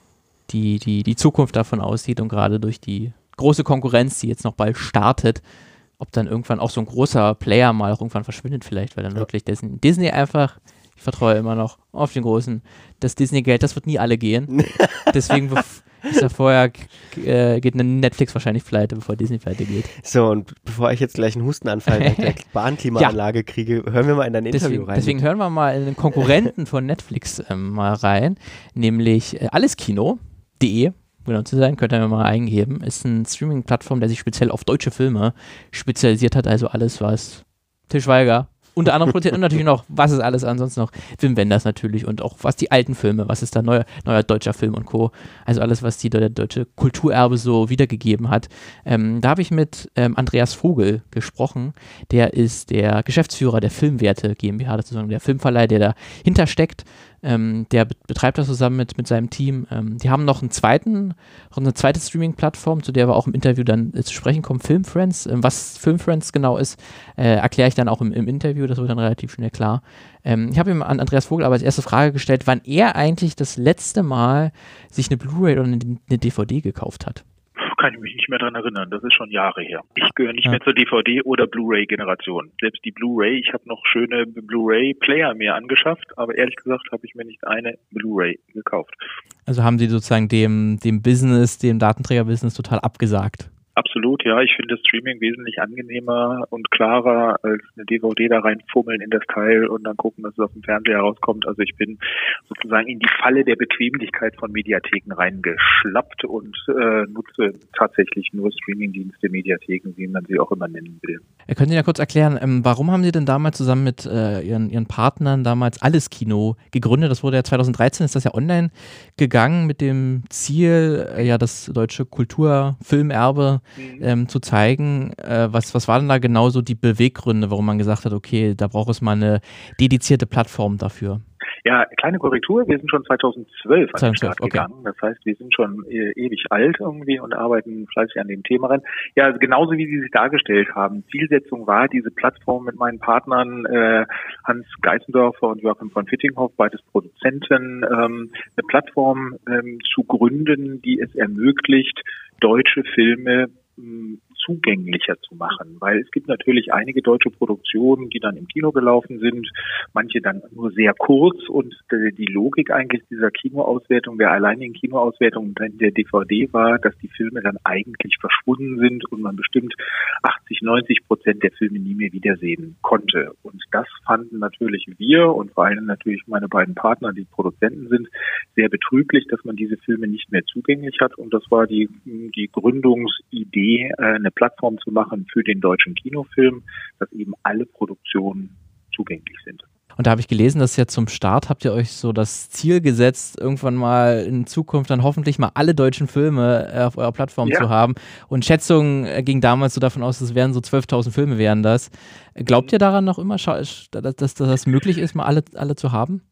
Die, die, die Zukunft davon aussieht und gerade durch die große Konkurrenz, die jetzt noch bald startet, ob dann irgendwann auch so ein großer Player mal auch irgendwann verschwindet vielleicht, weil dann ja. wirklich Disney, Disney einfach, ich vertraue immer noch auf den großen, das Disney-Geld, das wird nie alle gehen. Deswegen, ich sag vorher, äh, geht eine Netflix wahrscheinlich pleite, bevor Disney pleite geht. So, und bevor ich jetzt gleich einen Hustenanfall nach der Bahnklimaanlage ja. kriege, hören wir mal in dein Interview deswegen, rein. Deswegen hören wir mal in den Konkurrenten von Netflix ähm, mal rein, nämlich äh, Alleskino. De, genau zu sein, könnt ihr mal eingeben, ist eine Streaming-Plattform, der sich speziell auf deutsche Filme spezialisiert hat, also alles, was Til Schweiger unter anderem produziert und natürlich noch, was ist alles ansonsten noch, Wim Wenders natürlich und auch was die alten Filme, was ist da neuer, neuer deutscher Film und Co., also alles, was die der deutsche Kulturerbe so wiedergegeben hat. Ähm, da habe ich mit ähm, Andreas Vogel gesprochen, der ist der Geschäftsführer der Filmwerte GmbH, das ist sozusagen der Filmverleih, der dahinter steckt. Ähm, der be- betreibt das zusammen mit, mit seinem Team. Ähm, die haben noch einen zweiten, noch eine zweite Streaming-Plattform, zu der wir auch im Interview dann äh, zu sprechen kommen, Film Friends. Ähm, was Film Friends genau ist, äh, erkläre ich dann auch im, im Interview, das wird dann relativ schnell klar. Ähm, ich habe ihm an Andreas Vogel aber als erste Frage gestellt, wann er eigentlich das letzte Mal sich eine Blu-ray oder eine, eine D V D gekauft hat. Kann ich mich nicht mehr dran erinnern. Das ist schon Jahre her. Ich gehöre nicht ja. mehr zur D V D- oder Blu-ray-Generation. Selbst die Blu-ray, ich habe noch schöne Blu-ray-Player mir angeschafft, aber ehrlich gesagt habe ich mir nicht eine Blu-ray gekauft. Also haben Sie sozusagen dem, dem Business, dem Datenträger-Business total abgesagt? Absolut, ja. Ich finde das Streaming wesentlich angenehmer und klarer als eine D V D da reinfummeln in das Teil und dann gucken, dass es auf dem Fernseher rauskommt. Also ich bin sozusagen in die Falle der Bequemlichkeit von Mediatheken reingeschlappt und äh, nutze tatsächlich nur Streamingdienste, Mediatheken, wie man sie auch immer nennen will. Können Sie ja kurz erklären, ähm, warum haben Sie denn damals zusammen mit äh, Ihren, Ihren Partnern damals Alleskino gegründet? Das wurde ja zweitausenddreizehn, ist das ja online gegangen mit dem Ziel, äh, ja das deutsche Kulturfilmerbe Mhm. Ähm, zu zeigen, äh, was, was war denn da genau so die Beweggründe, warum man gesagt hat, okay, da braucht es mal eine dedizierte Plattform dafür? Ja, kleine Korrektur, wir sind schon zweitausendzwölf an den Start okay. gegangen. Das heißt, wir sind schon äh, ewig alt irgendwie und arbeiten fleißig an dem Thema rein. Ja, also genauso wie Sie sich dargestellt haben. Zielsetzung war, diese Plattform mit meinen Partnern äh, Hans Geißendorfer und Joachim von Fittinghoff, beides Produzenten, ähm, eine Plattform ähm, zu gründen, die es ermöglicht, deutsche Filme mh, zugänglicher zu machen, weil es gibt natürlich einige deutsche Produktionen, die dann im Kino gelaufen sind, manche dann nur sehr kurz und die Logik eigentlich dieser Kinoauswertung, der alleinigen Kinoauswertung der D V D war, dass die Filme dann eigentlich verschwunden sind und man bestimmt achtzig, neunzig Prozent der Filme nie mehr wiedersehen konnte. Und das fanden natürlich wir und vor allem natürlich meine beiden Partner, die Produzenten sind, sehr betrüblich, dass man diese Filme nicht mehr zugänglich hat und das war die, die Gründungsidee, eine Plattform zu machen für den deutschen Kinofilm, dass eben alle Produktionen zugänglich sind. Und da habe ich gelesen, dass ja zum Start habt ihr euch so das Ziel gesetzt, irgendwann mal in Zukunft dann hoffentlich mal alle deutschen Filme äh, auf eurer Plattform ja. zu haben. Und Schätzungen äh, ging damals so davon aus, es wären so zwölftausend Filme wären das. Glaubt ihr daran noch immer, dass, dass, dass das möglich ist, mal alle, alle zu haben?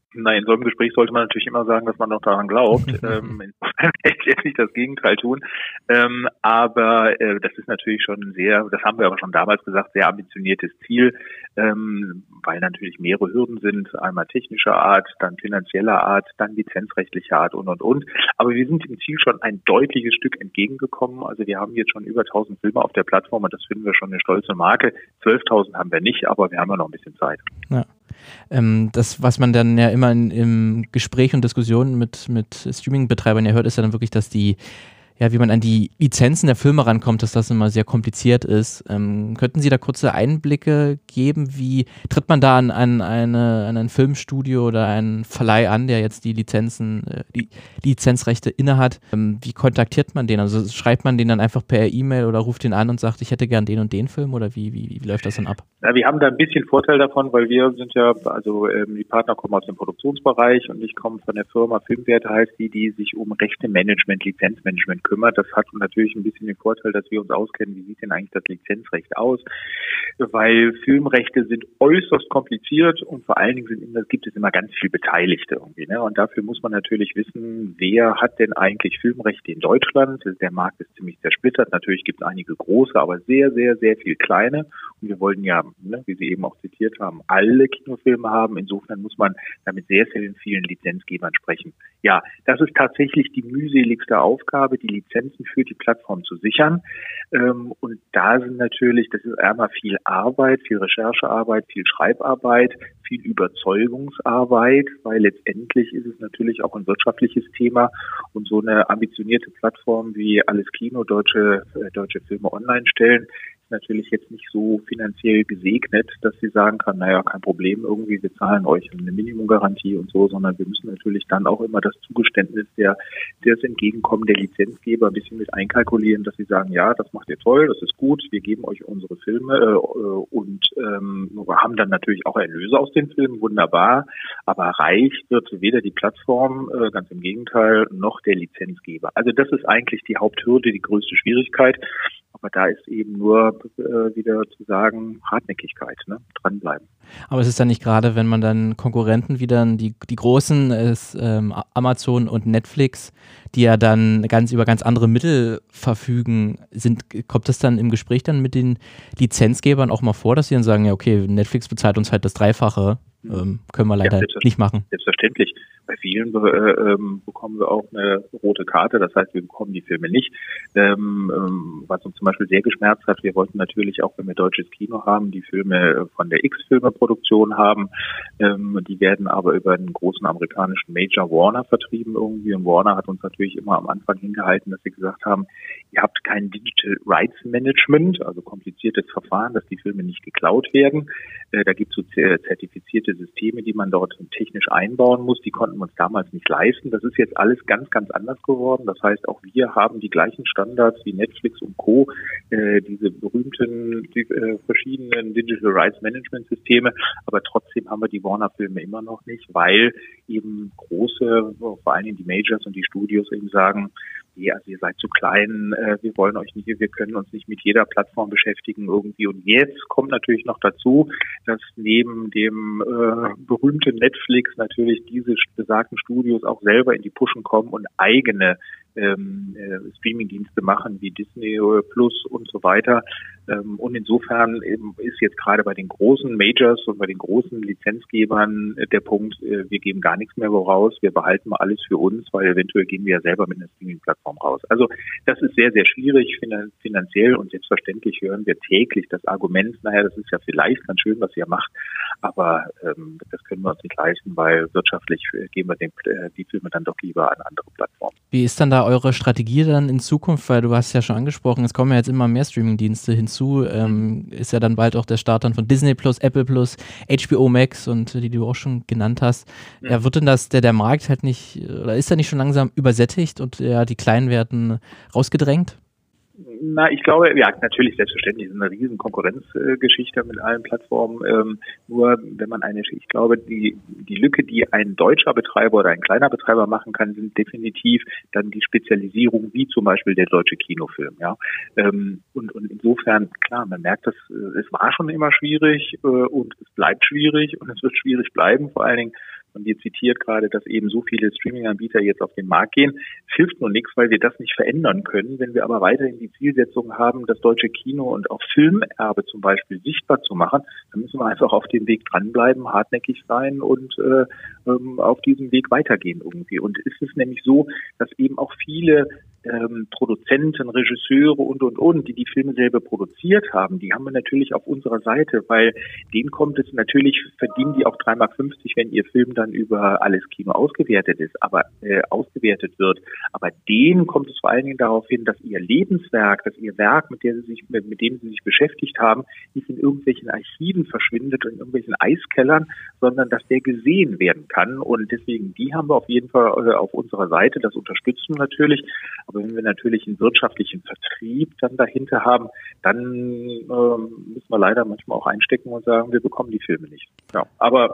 Na, in so einem Gespräch sollte man natürlich immer sagen, dass man noch daran glaubt. ähm, insofern werde ich jetzt nicht das Gegenteil tun. Ähm, aber äh, das ist natürlich schon ein sehr, das haben wir aber schon damals gesagt, sehr ambitioniertes Ziel, ähm, weil natürlich mehrere Hürden sind, einmal technischer Art, dann finanzieller Art, dann lizenzrechtlicher Art und, und, und. Aber wir sind dem Ziel schon ein deutliches Stück entgegengekommen. Also wir haben jetzt schon über tausend Filme auf der Plattform und das finden wir schon eine stolze Marke. zwölftausend haben wir nicht, aber wir haben ja noch ein bisschen Zeit. Ja. Ähm, das, was man dann ja immer in, im Gespräch und Diskussionen mit, mit Streaming-Betreibern ja hört, ist ja dann wirklich, dass die, ja, wie man an die Lizenzen der Filme rankommt, dass das immer sehr kompliziert ist. Ähm, könnten Sie da kurze Einblicke geben? Wie tritt man da an, an, eine, an ein Filmstudio oder einen Verleih an, der jetzt die Lizenzen, äh, die Lizenzrechte innehat? Ähm, wie kontaktiert man den? Also schreibt man den dann einfach per E-Mail oder ruft den an und sagt, ich hätte gern den und den Film, oder wie, wie, wie läuft das dann ab? Ja, wir haben da ein bisschen Vorteil davon, weil wir sind ja, also ähm, die Partner kommen aus dem Produktionsbereich und ich komme von der Firma Filmwerte, heißt die, die sich um Rechte-Management, Lizenzmanagement kümmert. Das hat natürlich ein bisschen den Vorteil, dass wir uns auskennen, wie sieht denn eigentlich das Lizenzrecht aus, weil Filmrechte sind äußerst kompliziert und vor allen Dingen sind immer, gibt es immer ganz viel Beteiligte irgendwie, ne? Und dafür muss man natürlich wissen, wer hat denn eigentlich Filmrechte in Deutschland? Der Markt ist ziemlich zersplittert. Natürlich gibt es einige große, aber sehr, sehr, sehr viel kleine. Und wir wollen ja, ne, wie Sie eben auch zitiert haben, alle Kinofilme haben. Insofern muss man da mit sehr, sehr vielen Lizenzgebern sprechen. Ja, das ist tatsächlich die mühseligste Aufgabe, die Lizenzen für die Plattform zu sichern. Ähm, und da sind natürlich, das ist einmal viel Arbeit, viel Recherchearbeit, viel Schreibarbeit, viel Überzeugungsarbeit, weil letztendlich ist es natürlich auch ein wirtschaftliches Thema und so eine ambitionierte Plattform wie Alles Kino, deutsche, äh, deutsche Filme online stellen, natürlich jetzt nicht so finanziell gesegnet, dass sie sagen kann, naja, kein Problem, irgendwie, wir zahlen euch eine Minimumgarantie und so, sondern wir müssen natürlich dann auch immer das Zugeständnis der, des Entgegenkommen der Lizenzgeber ein bisschen mit einkalkulieren, dass sie sagen, ja, das macht ihr toll, das ist gut, wir geben euch unsere Filme äh, und ähm, wir haben dann natürlich auch Erlöse aus den Filmen, wunderbar, aber reich wird weder die Plattform, äh, ganz im Gegenteil, noch der Lizenzgeber. Also das ist eigentlich die Haupthürde, die größte Schwierigkeit. Aber da ist eben nur äh, wieder zu sagen, Hartnäckigkeit, ne? Dranbleiben. Aber es ist dann nicht gerade, wenn man dann Konkurrenten wieder, die, die großen, ist ähm, Amazon und Netflix, die ja dann ganz über ganz andere Mittel verfügen, sind, kommt das dann im Gespräch dann mit den Lizenzgebern auch mal vor, dass sie dann sagen, ja okay, Netflix bezahlt uns halt das Dreifache, ähm, können wir leider ja, nicht machen. Selbstverständlich. Bei vielen äh, ähm, bekommen wir auch eine rote Karte, das heißt, wir bekommen die Filme nicht. Ähm, ähm, was uns zum Beispiel sehr geschmerzt hat, wir wollten natürlich auch, wenn wir deutsches Kino haben, die Filme von der X-Filme-Produktion haben. Ähm, die werden aber über einen großen amerikanischen Major Warner vertrieben irgendwie. Und Warner hat uns natürlich immer am Anfang hingehalten, dass sie gesagt haben, ihr habt kein Digital Rights Management, also kompliziertes Verfahren, dass die Filme nicht geklaut werden. Äh, da gibt es so zertifizierte Systeme, die man dort technisch einbauen muss. Die konnten wir uns damals nicht leisten. Das ist jetzt alles ganz, ganz anders geworden. Das heißt, auch wir haben die gleichen Standards wie Netflix und Co., äh, diese berühmten, die, äh, verschiedenen Digital Rights Management Systeme. Aber trotzdem haben wir die Warner-Filme immer noch nicht, weil eben große, vor allen Dingen die Majors und die Studios eben sagen, ja, also ihr seid zu klein, äh, wir wollen euch nicht, wir können uns nicht mit jeder Plattform beschäftigen irgendwie. Und jetzt kommt natürlich noch dazu, dass neben dem äh, berühmten Netflix natürlich diese besagten Studios auch selber in die Pushen kommen und eigene ähm, äh, Streamingdienste machen wie Disney Plus und so weiter. Ähm, und insofern eben ist jetzt gerade bei den großen Majors und bei den großen Lizenzgebern äh, der Punkt, äh, wir geben gar nichts mehr voraus, wir behalten mal alles für uns, weil eventuell gehen wir ja selber mit einer Streaming-Plattform raus. Also das ist sehr, sehr schwierig finan- finanziell und selbstverständlich hören wir täglich das Argument, naja, das ist ja vielleicht ganz schön, was ihr macht, aber ähm, das können wir uns nicht leisten, weil wirtschaftlich äh, geben wir den, äh, die Filme dann doch lieber an andere Plattformen. Wie ist dann da eure Strategie dann in Zukunft, weil du hast ja schon angesprochen, es kommen ja jetzt immer mehr Streaming-Dienste hinzu, ähm, ist ja dann bald auch der Start dann von Disney Plus, Apple Plus, H B O Max und die, die du auch schon genannt hast. Ja, ja wird denn das, der, der Markt halt nicht, oder ist er nicht schon langsam übersättigt und ja, die Kleinen werden rausgedrängt? Na, ich glaube, ja, natürlich, selbstverständlich, ist eine riesen Konkurrenzgeschichte mit allen Plattformen. Ähm, nur, wenn man eine, ich glaube, die, die Lücke, die ein deutscher Betreiber oder ein kleiner Betreiber machen kann, sind definitiv dann die Spezialisierung, wie zum Beispiel der deutsche Kinofilm, ja. Ähm, und, und insofern, klar, man merkt, dass es war schon immer schwierig, äh, und es bleibt schwierig und es wird schwierig bleiben, vor allen Dingen, und ihr zitiert gerade, dass eben so viele Streaming-Anbieter jetzt auf den Markt gehen, es hilft nur nichts, weil wir das nicht verändern können. Wenn wir aber weiterhin die Zielsetzung haben, das deutsche Kino und auch Filmerbe zum Beispiel sichtbar zu machen, dann müssen wir einfach auf dem Weg dranbleiben, hartnäckig sein und äh, ähm, auf diesem Weg weitergehen irgendwie. Und es ist nämlich so, dass eben auch viele ähm, Produzenten, Regisseure und, und, und, die die Filme selber produziert haben, die haben wir natürlich auf unserer Seite, weil denen kommt es natürlich, verdienen die auch drei Mark fünfzig, wenn ihr Film dann über Alles Kino ausgewertet ist, aber äh, ausgewertet wird. Aber denen kommt es vor allen Dingen darauf hin, dass ihr Lebenswerk, dass ihr Werk, mit dem sie sich, mit, mit dem sie sich beschäftigt haben, nicht in irgendwelchen Archiven verschwindet und in irgendwelchen Eiskellern, sondern dass der gesehen werden kann. Und deswegen, die haben wir auf jeden Fall äh, auf unserer Seite. Das unterstützen wir natürlich. Aber wenn wir natürlich einen wirtschaftlichen Vertrieb dann dahinter haben, dann äh, müssen wir leider manchmal auch einstecken und sagen, wir bekommen die Filme nicht. Ja, aber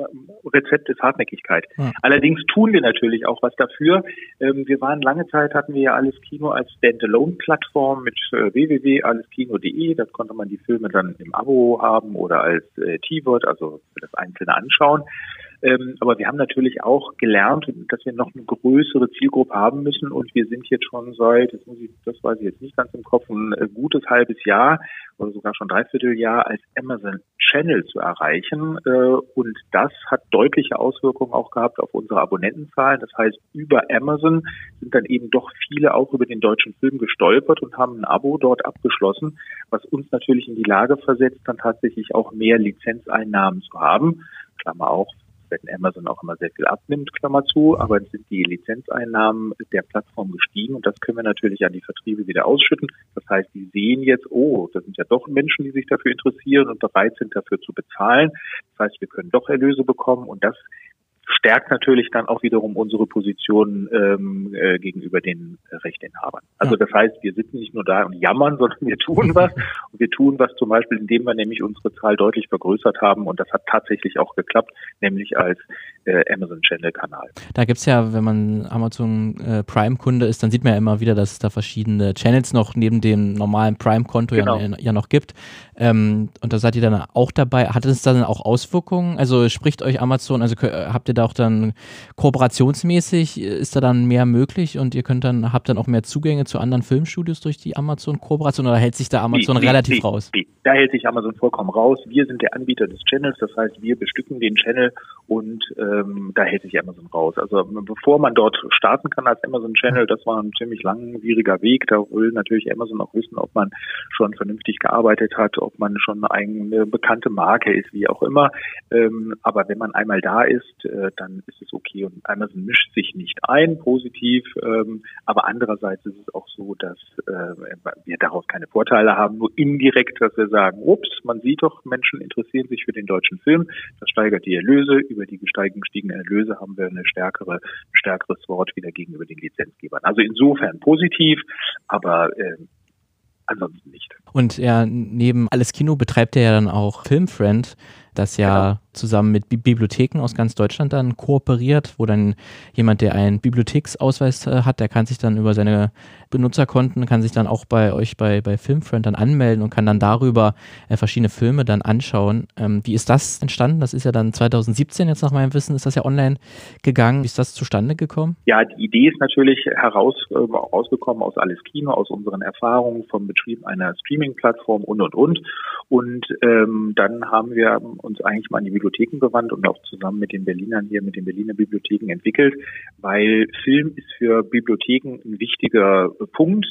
Rezept ist Hartnäckigkeit. Ja. Allerdings tun wir natürlich auch was dafür. Ähm, wir waren lange Zeit, hatten wir ja Alles Kino als Standalone-Plattform mit äh, w w w punkt alleskino punkt de. Da konnte man die Filme dann im Abo haben oder als äh, T-Word, also für das Einzelne anschauen. Ähm, aber wir haben natürlich auch gelernt, dass wir noch eine größere Zielgruppe haben müssen und wir sind jetzt schon seit, das, muss ich, das weiß ich jetzt nicht ganz im Kopf, ein äh, gutes halbes Jahr oder sogar schon dreiviertel Jahr als Amazon Channel zu erreichen äh, und das hat deutliche Auswirkungen auch gehabt auf unsere Abonnentenzahlen. Das heißt, über Amazon sind dann eben doch viele auch über den deutschen Film gestolpert und haben ein Abo dort abgeschlossen, was uns natürlich in die Lage versetzt, dann tatsächlich auch mehr Lizenzeinnahmen zu haben. Klammer auf, wenn Amazon auch immer sehr viel abnimmt, Klammer zu, aber es sind die Lizenzeinnahmen der Plattform gestiegen und das können wir natürlich an die Vertriebe wieder ausschütten. Das heißt, die sehen jetzt, oh, das sind ja doch Menschen, die sich dafür interessieren und bereit sind, dafür zu bezahlen. Das heißt, wir können doch Erlöse bekommen und das stärkt natürlich dann auch wiederum unsere Position ähm, äh, gegenüber den äh, Rechteinhabern. Also das heißt, wir sitzen nicht nur da und jammern, sondern wir tun was. Und wir tun was zum Beispiel, indem wir nämlich unsere Zahl deutlich vergrößert haben. Und das hat tatsächlich auch geklappt, nämlich als äh, Amazon Channel Kanal. Da gibt's ja, wenn man Amazon äh, Prime-Kunde ist, dann sieht man ja immer wieder, dass es da verschiedene Channels noch neben dem normalen Prime-Konto genau. ja, ja noch gibt. Ähm, und da seid ihr dann auch dabei. Hat es dann auch Auswirkungen? Also spricht euch Amazon, also habt ihr da auch dann kooperationsmäßig, ist da dann mehr möglich und ihr könnt dann, habt dann auch mehr Zugänge zu anderen Filmstudios durch die Amazon-Kooperation oder hält sich da Amazon nee, relativ nee, raus? Nee, da hält sich Amazon vollkommen raus. Wir sind der Anbieter des Channels, das heißt, wir bestücken den Channel und ähm, da hält sich Amazon raus. Also bevor man dort starten kann als Amazon Channel, das war ein ziemlich langwieriger Weg. Da will natürlich Amazon auch wissen, ob man schon vernünftig gearbeitet hat, ob man schon eine bekannte Marke ist, wie auch immer. Ähm, aber wenn man einmal da ist, äh, dann ist es okay und Amazon mischt sich nicht ein, positiv, ähm, aber andererseits ist es auch so, dass äh, wir daraus keine Vorteile haben, nur indirekt, dass wir sagen, ups, man sieht doch, Menschen interessieren sich für den deutschen Film, das steigert die Erlöse, über die gestiegenen Erlöse haben wir eine stärkere, ein stärkeres Wort wieder gegenüber den Lizenzgebern. Also insofern positiv, aber äh, ansonsten nicht. Und ja, neben Alles Kino betreibt er ja dann auch Filmfriend, das ja genau. zusammen mit Bi- Bibliotheken aus ganz Deutschland dann kooperiert, wo dann jemand, der einen Bibliotheksausweis äh, hat, der kann sich dann über seine Benutzerkonten, kann sich dann auch bei euch bei, bei Filmfriend dann anmelden und kann dann darüber äh, verschiedene Filme dann anschauen. Ähm, wie ist das entstanden? Das ist ja dann zwanzig siebzehn, jetzt nach meinem Wissen, ist das ja online gegangen. Wie ist das zustande gekommen? Ja, die Idee ist natürlich heraus, äh, rausgekommen aus Alles Kino, aus unseren Erfahrungen vom Betrieb einer Streaming-Plattform und, und, und. Und ähm, dann haben wir uns eigentlich mal an die Bibliotheken gewandt und auch zusammen mit den Berlinern hier, mit den Berliner Bibliotheken entwickelt, weil Film ist für Bibliotheken ein wichtiger Punkt.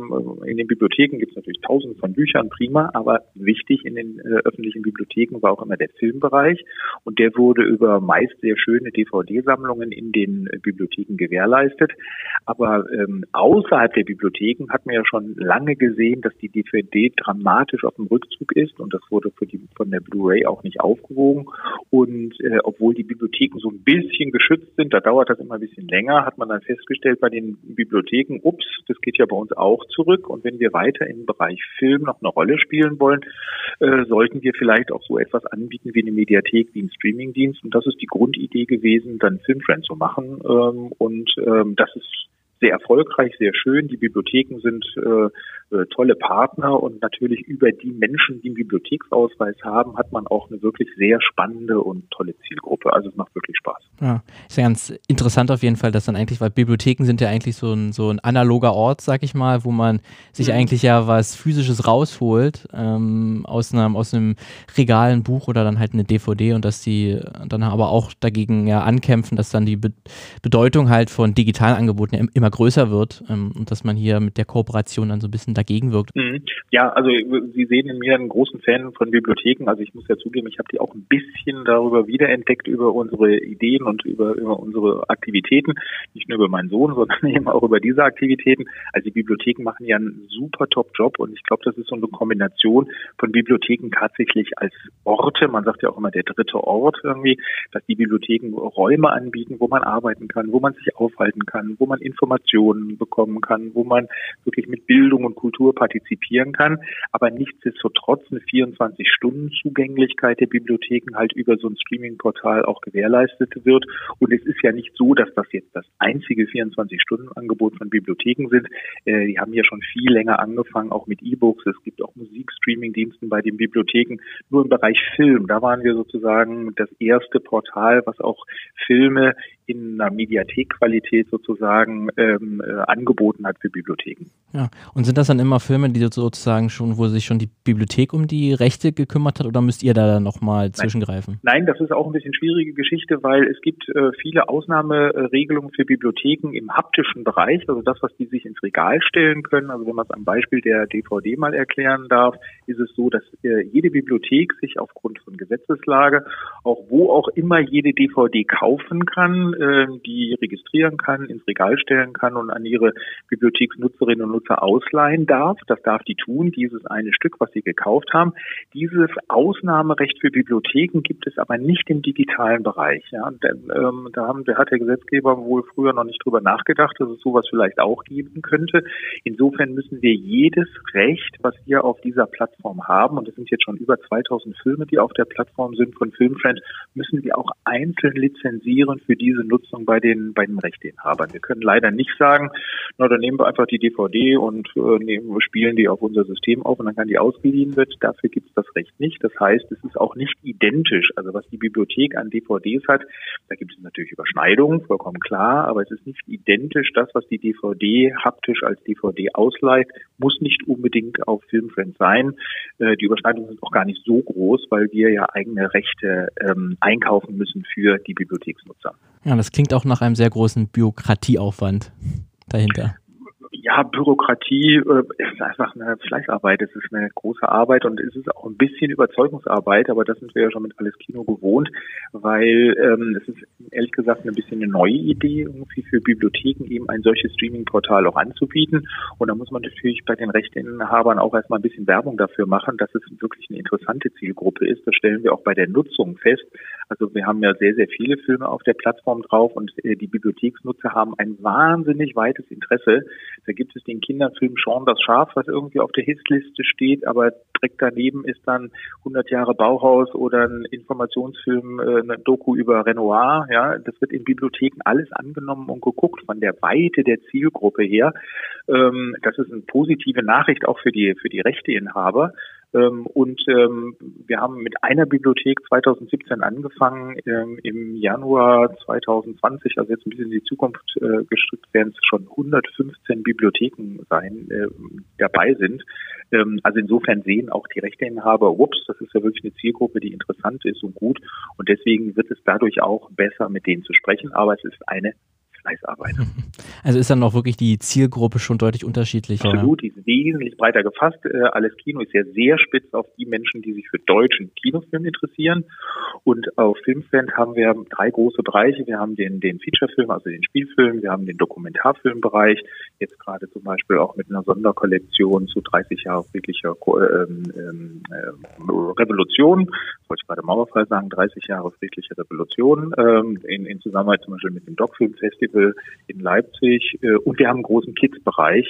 In den Bibliotheken gibt es natürlich tausende von Büchern, prima, aber wichtig in den äh, öffentlichen Bibliotheken war auch immer der Filmbereich und der wurde über meist sehr schöne D V D-Sammlungen in den äh, Bibliotheken gewährleistet. Aber ähm, außerhalb der Bibliotheken hat man ja schon lange gesehen, dass die D V D dramatisch auf dem Rückzug ist und das wurde für die, von der Blu-ray auch nicht aufgewogen. Und äh, obwohl die Bibliotheken so ein bisschen geschützt sind, da dauert das immer ein bisschen länger, hat man dann festgestellt bei den Bibliotheken, ups, das geht ja bei uns auch zurück. Und wenn wir weiter im Bereich Film noch eine Rolle spielen wollen, äh, sollten wir vielleicht auch so etwas anbieten wie eine Mediathek, wie ein Streamingdienst. Und das ist die Grundidee gewesen, dann Filmfriend zu machen. Ähm, und ähm, das ist sehr erfolgreich, sehr schön. Die Bibliotheken sind äh, äh, tolle Partner und natürlich über die Menschen, die einen Bibliotheksausweis haben, hat man auch eine wirklich sehr spannende und tolle Zielgruppe. Also es macht wirklich Spaß. Ja, ist ja ganz interessant auf jeden Fall, dass dann eigentlich, weil Bibliotheken sind ja eigentlich so ein, so ein analoger Ort, sag ich mal, wo man sich mhm. eigentlich ja was Physisches rausholt ähm, aus einem aus einem Regal, ein Buch oder dann halt eine D V D und dass die dann aber auch dagegen ja ankämpfen, dass dann die Be- Bedeutung halt von digitalen Angeboten ja immer größer wird ähm, und dass man hier mit der Kooperation dann so ein bisschen dagegen wirkt. Mhm. Ja, also Sie sehen in mir einen großen Fan von Bibliotheken. Also ich muss ja zugeben, ich habe die auch ein bisschen darüber wiederentdeckt, über unsere Ideen und über, über unsere Aktivitäten. Nicht nur über meinen Sohn, sondern eben auch über diese Aktivitäten. Also die Bibliotheken machen ja einen super Top-Job und ich glaube, das ist so eine Kombination von Bibliotheken tatsächlich als Orte. Man sagt ja auch immer der dritte Ort irgendwie, dass die Bibliotheken Räume anbieten, wo man arbeiten kann, wo man sich aufhalten kann, wo man Informationen bekommen kann, wo man wirklich mit Bildung und Kultur partizipieren kann. Aber nichtsdestotrotz eine vierundzwanzig-Stunden-Zugänglichkeit der Bibliotheken halt über so ein Streaming-Portal auch gewährleistet wird. Und es ist ja nicht so, dass das jetzt das einzige vierundzwanzig-Stunden-Angebot von Bibliotheken sind. Äh, die haben ja schon viel länger angefangen, auch mit E-Books. Es gibt auch Musikstreaming-Diensten bei den Bibliotheken. Nur im Bereich Film, da waren wir sozusagen das erste Portal, was auch Filme in einer Mediathekqualität sozusagen ähm, äh, angeboten hat für Bibliotheken. Ja, und sind das dann immer Filme, die sozusagen schon, wo sich schon die Bibliothek um die Rechte gekümmert hat oder müsst ihr da dann nochmal zwischengreifen? Nein, das ist auch ein bisschen schwierige Geschichte, weil es gibt äh, viele Ausnahmeregelungen für Bibliotheken im haptischen Bereich, also das, was die sich ins Regal stellen können. Also wenn man es am Beispiel der D V D mal erklären darf, ist es so, dass äh, jede Bibliothek sich aufgrund von Gesetzeslage auch wo auch immer jede D V D kaufen kann, äh, die registrieren kann, ins Regal stellen kann und an ihre Bibliotheksnutzerinnen und Nutzer ausleihen darf. Das darf die tun, dieses eine Stück, was sie gekauft haben. Dieses Ausnahmerecht für Bibliotheken gibt es aber nicht im digitalen Bereich. Ja, denn, ähm, da, haben, da hat der Gesetzgeber wohl früher noch nicht drüber nachgedacht, dass es sowas vielleicht auch geben könnte. Insofern müssen wir jedes Recht, was wir auf dieser Plattform haben, und es sind jetzt schon über zweitausend Filme, die auf der Plattform sind von Filmfriend, müssen wir auch einzeln lizenzieren für diese Nutzung bei den, bei den Rechteinhabern. Wir können leider nicht sagen, na, dann nehmen wir einfach die D V D und äh, nehmen, spielen die auf unser System auf und dann kann die ausgeliehen werden. Dafür gibt es das Recht nicht. Das heißt, es ist auch nicht identisch. Also was die Bibliothek an D V Ds hat, da gibt es natürlich Überschneidungen, vollkommen klar, aber es ist nicht identisch. Das, was die D V D haptisch als D V D ausleiht, muss nicht unbedingt auf Filmfriend sein. Äh, die Überschneidungen sind auch gar nicht so groß, weil wir ja eigene Rechte ähm, einkaufen müssen für die Bibliotheksnutzer. Ja, das klingt auch nach einem sehr großen Bürokratieaufwand dahinter. Ja, Bürokratie äh, ist einfach eine Fleißarbeit. Es ist eine große Arbeit und es ist auch ein bisschen Überzeugungsarbeit, aber das sind wir ja schon mit Alles Kino gewohnt, weil ähm, es ist ehrlich gesagt ein bisschen eine neue Idee, irgendwie für Bibliotheken eben ein solches Streaming-Portal auch anzubieten. Und da muss man natürlich bei den Rechteinhabern auch erstmal ein bisschen Werbung dafür machen, dass es wirklich eine interessante Zielgruppe ist. Das stellen wir auch bei der Nutzung fest. Also wir haben ja sehr, sehr viele Filme auf der Plattform drauf und äh, die Bibliotheksnutzer haben ein wahnsinnig weites Interesse. Da gibt es den Kinderfilm Shaun das Schaf, was irgendwie auf der Hitliste steht, aber direkt daneben ist dann hundert Jahre Bauhaus oder ein Informationsfilm, eine Doku über Renoir. Ja, das wird in Bibliotheken alles angenommen und geguckt von der Weite der Zielgruppe her. Das ist eine positive Nachricht auch für die für die Rechteinhaber. Ähm, und ähm, wir haben mit einer Bibliothek zweitausendsiebzehn angefangen. Ähm, Im Januar zweitausendzwanzig, also jetzt ein bisschen in die Zukunft äh, gestrickt, werden es schon hundertfünfzehn Bibliotheken sein, äh, die dabei sind. Ähm, also insofern sehen auch die Rechteinhaber, ups, das ist ja wirklich eine Zielgruppe, die interessant ist und gut. Und deswegen wird es dadurch auch besser, mit denen zu sprechen. Aber es ist eine Fleißarbeit. Also ist dann auch wirklich die Zielgruppe schon deutlich unterschiedlicher? Absolut, die ist wesentlich breiter gefasst. Äh, Alles Kino ist ja sehr spitz auf die Menschen, die sich für deutschen Kinofilm interessieren. Und auf Filmfriend haben wir drei große Bereiche. Wir haben den, den Featurefilm, also den Spielfilm. Wir haben den Dokumentarfilmbereich. Jetzt gerade zum Beispiel auch mit einer Sonderkollektion zu dreißig Jahre friedlicher ähm, ähm, Revolution. Das wollte ich gerade Mauerfall sagen, dreißig Jahre friedliche Revolution. Ähm, in, in Zusammenarbeit zum Beispiel mit dem Doc-Film-Festival in Leipzig. Und wir haben einen großen Kids-Bereich,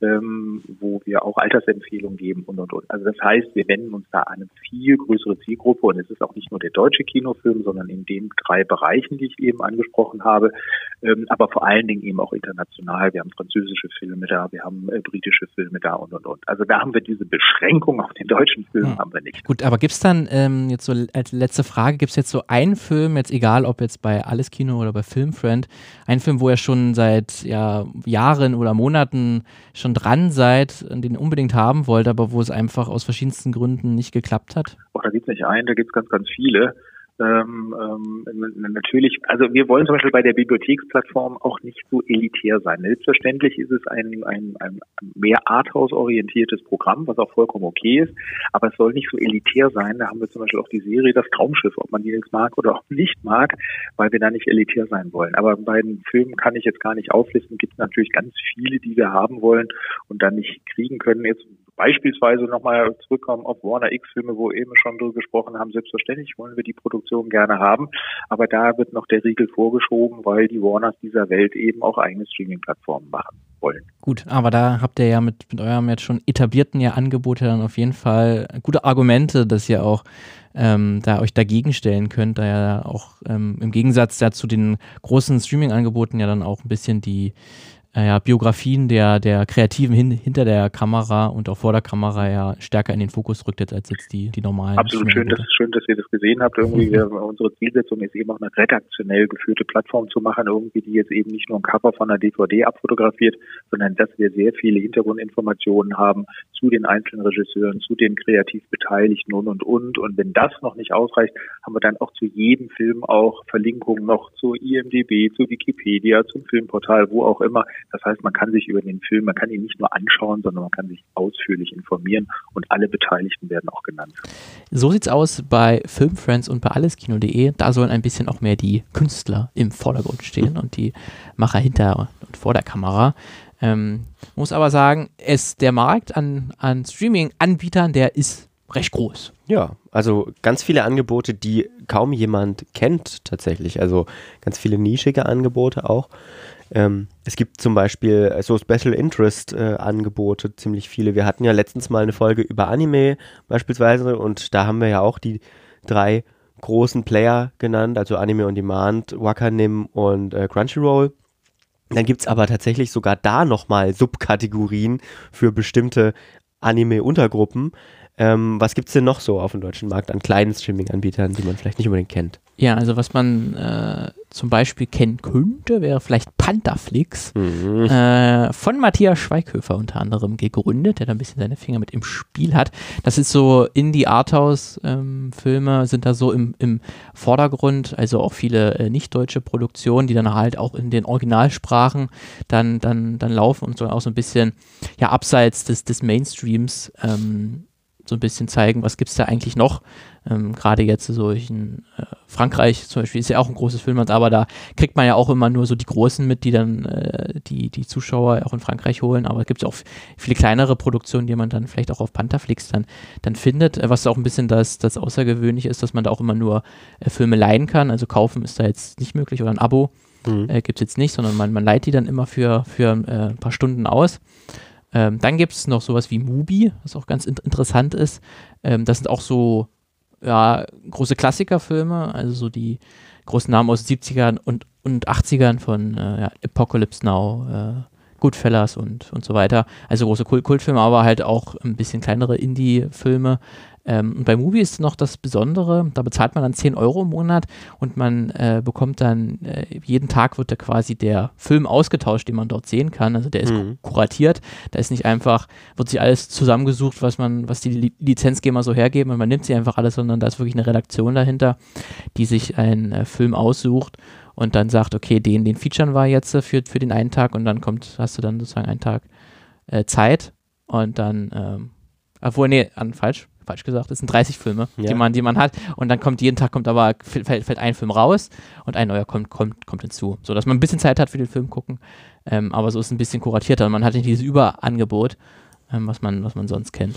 ähm, wo wir auch Altersempfehlungen geben und, und, und. Also das heißt, wir wenden uns da an eine viel größere Zielgruppe und es ist auch nicht nur der deutsche Kinofilm, sondern in den drei Bereichen, die ich eben angesprochen habe, ähm, aber vor allen Dingen eben auch international. Wir haben französische Filme da, wir haben äh, britische Filme da und, und, und. Also da haben wir diese Beschränkung auf den deutschen Film, ja. haben wir nicht. Gut, aber gibt es dann, ähm, jetzt so als letzte Frage, gibt es jetzt so einen Film, jetzt egal ob jetzt bei Alles Kino oder bei Filmfriend, einen Film, wo ihr schon seit ja, Jahren oder Monaten schon dran seid, den ihr unbedingt haben wollt, aber wo es einfach aus verschiedensten Gründen nicht geklappt hat? Oh, da gibt es nicht einen, da gibt es ganz, ganz viele. Ähm, ähm, natürlich, also wir wollen zum Beispiel bei der Bibliotheksplattform auch nicht so elitär sein. Selbstverständlich ist es ein, ein, ein mehr Arthouse-orientiertes Programm, was auch vollkommen okay ist, aber es soll nicht so elitär sein. Da haben wir zum Beispiel auch die Serie Das Traumschiff, ob man die jetzt mag oder auch nicht mag, weil wir da nicht elitär sein wollen. Aber bei den Filmen kann ich jetzt gar nicht auflisten, gibt es natürlich ganz viele, die wir haben wollen und dann nicht kriegen können. Jetzt beispielsweise nochmal zurückkommen auf Warner X-Filme, wo wir eben schon drüber gesprochen haben. Selbstverständlich wollen wir die Produktion gerne haben, aber da wird noch der Riegel vorgeschoben, weil die Warners dieser Welt eben auch eigene Streaming-Plattformen machen wollen. Gut, aber da habt ihr ja mit, mit eurem jetzt schon etablierten ja Angebote dann auf jeden Fall gute Argumente, dass ihr auch ähm, da euch dagegen stellen könnt, da ja auch ähm, im Gegensatz ja zu den großen Streaming-Angeboten ja dann auch ein bisschen die äh, ja, Biografien der, der Kreativen hin, hinter der Kamera und auch vor der Kamera ja stärker in den Fokus rückt jetzt als jetzt die, die normalen. Absolut schön, das ist schön, dass ihr das gesehen habt. Irgendwie wir, unsere Zielsetzung ist eben auch eine redaktionell geführte Plattform zu machen, irgendwie die jetzt eben nicht nur ein Cover von einer D V D abfotografiert, sondern dass wir sehr viele Hintergrundinformationen haben zu den einzelnen Regisseuren, zu den kreativ Beteiligten und und und. Und wenn das noch nicht ausreicht, haben wir dann auch zu jedem Film auch Verlinkungen noch zu I M D B, zu Wikipedia, zum Filmportal, wo auch immer. Das heißt, man kann sich über den Film, man kann ihn nicht nur anschauen, sondern man kann sich ausführlich informieren und alle Beteiligten werden auch genannt. So sieht's aus bei Filmfriends und bei alleskino punkt de. Da sollen ein bisschen auch mehr die Künstler im Vordergrund stehen und die Macher hinter und vor der Kamera. Ähm, muss aber sagen, es, der Markt an, an Streaming-Anbietern, der ist recht groß. Ja, also ganz viele Angebote, die kaum jemand kennt tatsächlich. Also ganz viele nischige Angebote auch. Ähm, es gibt zum Beispiel so Special Interest äh, Angebote, ziemlich viele. Wir hatten ja letztens mal eine Folge über Anime beispielsweise und da haben wir ja auch die drei großen Player genannt, also Anime on Demand, Wakanim und äh, Crunchyroll. Dann gibt es aber tatsächlich sogar da nochmal Subkategorien für bestimmte Anime-Untergruppen. Ähm, was gibt es denn noch so auf dem deutschen Markt an kleinen Streaming-Anbietern, die man vielleicht nicht unbedingt kennt? Ja, also was man äh, zum Beispiel kennen könnte, wäre vielleicht Pantherflix, mhm. äh, von Matthias Schweighöfer unter anderem gegründet, der da ein bisschen seine Finger mit im Spiel hat. Das ist so Indie-Arthouse-Filme, ähm, sind da so im, im Vordergrund, also auch viele äh, nicht-deutsche Produktionen, die dann halt auch in den Originalsprachen dann, dann, dann laufen und so auch so ein bisschen ja abseits des, des Mainstreams ähm, so ein bisschen zeigen, was gibt es da eigentlich noch. Ähm, gerade jetzt so in äh, Frankreich zum Beispiel ist ja auch ein großes Filmland, aber da kriegt man ja auch immer nur so die Großen mit, die dann äh, die, die Zuschauer auch in Frankreich holen, aber es gibt auch f- viele kleinere Produktionen, die man dann vielleicht auch auf Pantherflix dann, dann findet, äh, was auch ein bisschen das, das Außergewöhnliche ist, dass man da auch immer nur äh, Filme leihen kann, also kaufen ist da jetzt nicht möglich oder ein Abo mhm. äh, gibt es jetzt nicht, sondern man, man leiht die dann immer für, für äh, ein paar Stunden aus. Ähm, dann gibt es noch sowas wie Mubi, was auch ganz in- interessant ist. Ähm, das sind auch so ja, große Klassikerfilme, also so die großen Namen aus den siebzigern und, und achtzigern von äh, ja, Apocalypse Now, äh, Goodfellas und, und so weiter. Also große Kult- Kultfilme, aber halt auch ein bisschen kleinere Indie-Filme. Ähm, und bei Mubi ist noch das Besondere, da bezahlt man dann zehn Euro im Monat und man äh, bekommt dann, äh, jeden Tag wird da quasi der Film ausgetauscht, den man dort sehen kann, also der ist mhm. kuratiert, da ist nicht einfach, wird sich alles zusammengesucht, was man, was die Li- Lizenzgeber so hergeben und man nimmt sie einfach alles, sondern da ist wirklich eine Redaktion dahinter, die sich einen äh, Film aussucht und dann sagt, okay, den, den featuren wir jetzt für, für den einen Tag und dann kommt, hast du dann sozusagen einen Tag äh, Zeit und dann, ähm, obwohl, nee, an, falsch, falsch gesagt, es sind dreißig Filme, ja. die man, die man hat und dann kommt jeden Tag kommt aber fällt, fällt ein Film raus und ein neuer kommt, kommt, kommt hinzu, sodass man ein bisschen Zeit hat für den Film gucken, ähm, aber so ist es ein bisschen kuratierter und man hat nicht dieses Überangebot, ähm, was man, was man sonst kennt.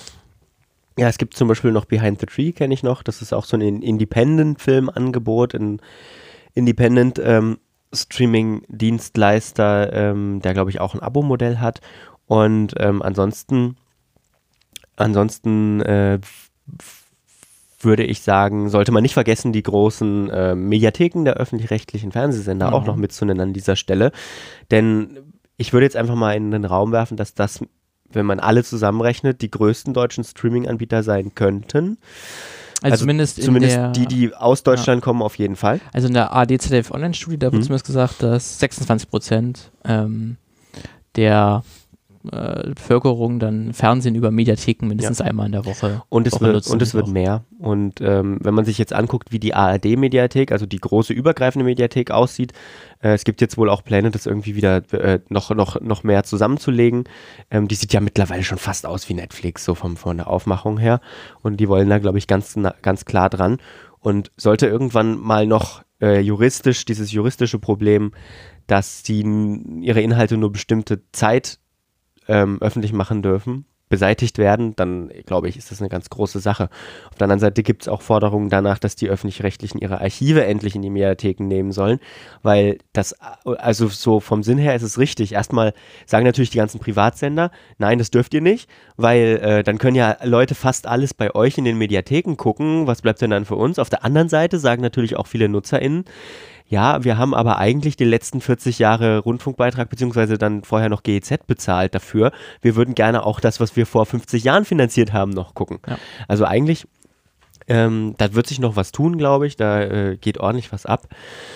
Ja, es gibt zum Beispiel noch Behind the Tree, kenne ich noch, das ist auch so ein Independent-Film-Angebot, ein Independent ähm, Streaming-Dienstleister, ähm, der glaube ich auch ein Abo-Modell hat. Und ähm, ansonsten, ansonsten äh, würde ich sagen, sollte man nicht vergessen, die großen äh, Mediatheken der öffentlich-rechtlichen Fernsehsender mhm. auch noch mitzunennen an dieser Stelle. Denn ich würde jetzt einfach mal in den Raum werfen, dass das, wenn man alle zusammenrechnet, die größten deutschen Streaming-Anbieter sein könnten. Also, also zumindest, zumindest in der, die, die aus Deutschland ja. kommen, auf jeden Fall. Also in der A R D Z D F-Online-Studie, da wird mhm. zumindest gesagt, dass sechsundzwanzig Prozent ähm, der äh, Bevölkerung dann Fernsehen über Mediatheken mindestens ja. einmal in der Woche und es wird und es wird mehr. Und ähm, wenn man sich jetzt anguckt, wie die A R D-Mediathek, also die große übergreifende Mediathek aussieht, äh, es gibt jetzt wohl auch Pläne, das irgendwie wieder äh, noch, noch, noch mehr zusammenzulegen. Ähm, die sieht ja mittlerweile schon fast aus wie Netflix, so vom, von der Aufmachung her. Und die wollen da, glaube ich, ganz, ganz klar dran. Und sollte irgendwann mal noch äh, juristisch, dieses juristische Problem, dass sie ihre Inhalte nur bestimmte Zeit ähm, öffentlich machen dürfen, beseitigt werden, dann glaube ich, ist das eine ganz große Sache. Auf der anderen Seite gibt es auch Forderungen danach, dass die Öffentlich-Rechtlichen ihre Archive endlich in die Mediatheken nehmen sollen, weil das, also so vom Sinn her ist es richtig. Erstmal sagen natürlich die ganzen Privatsender, nein, das dürft ihr nicht, weil äh, dann können ja Leute fast alles bei euch in den Mediatheken gucken, was bleibt denn dann für uns? Auf der anderen Seite sagen natürlich auch viele NutzerInnen, ja, wir haben aber eigentlich die letzten vierzig Jahre Rundfunkbeitrag beziehungsweise dann vorher noch G E Z bezahlt dafür. Wir würden gerne auch das, was wir vor fünfzig Jahren finanziert haben, noch gucken. Ja. Also eigentlich, ähm, da wird sich noch was tun, glaube ich. Da äh, geht ordentlich was ab.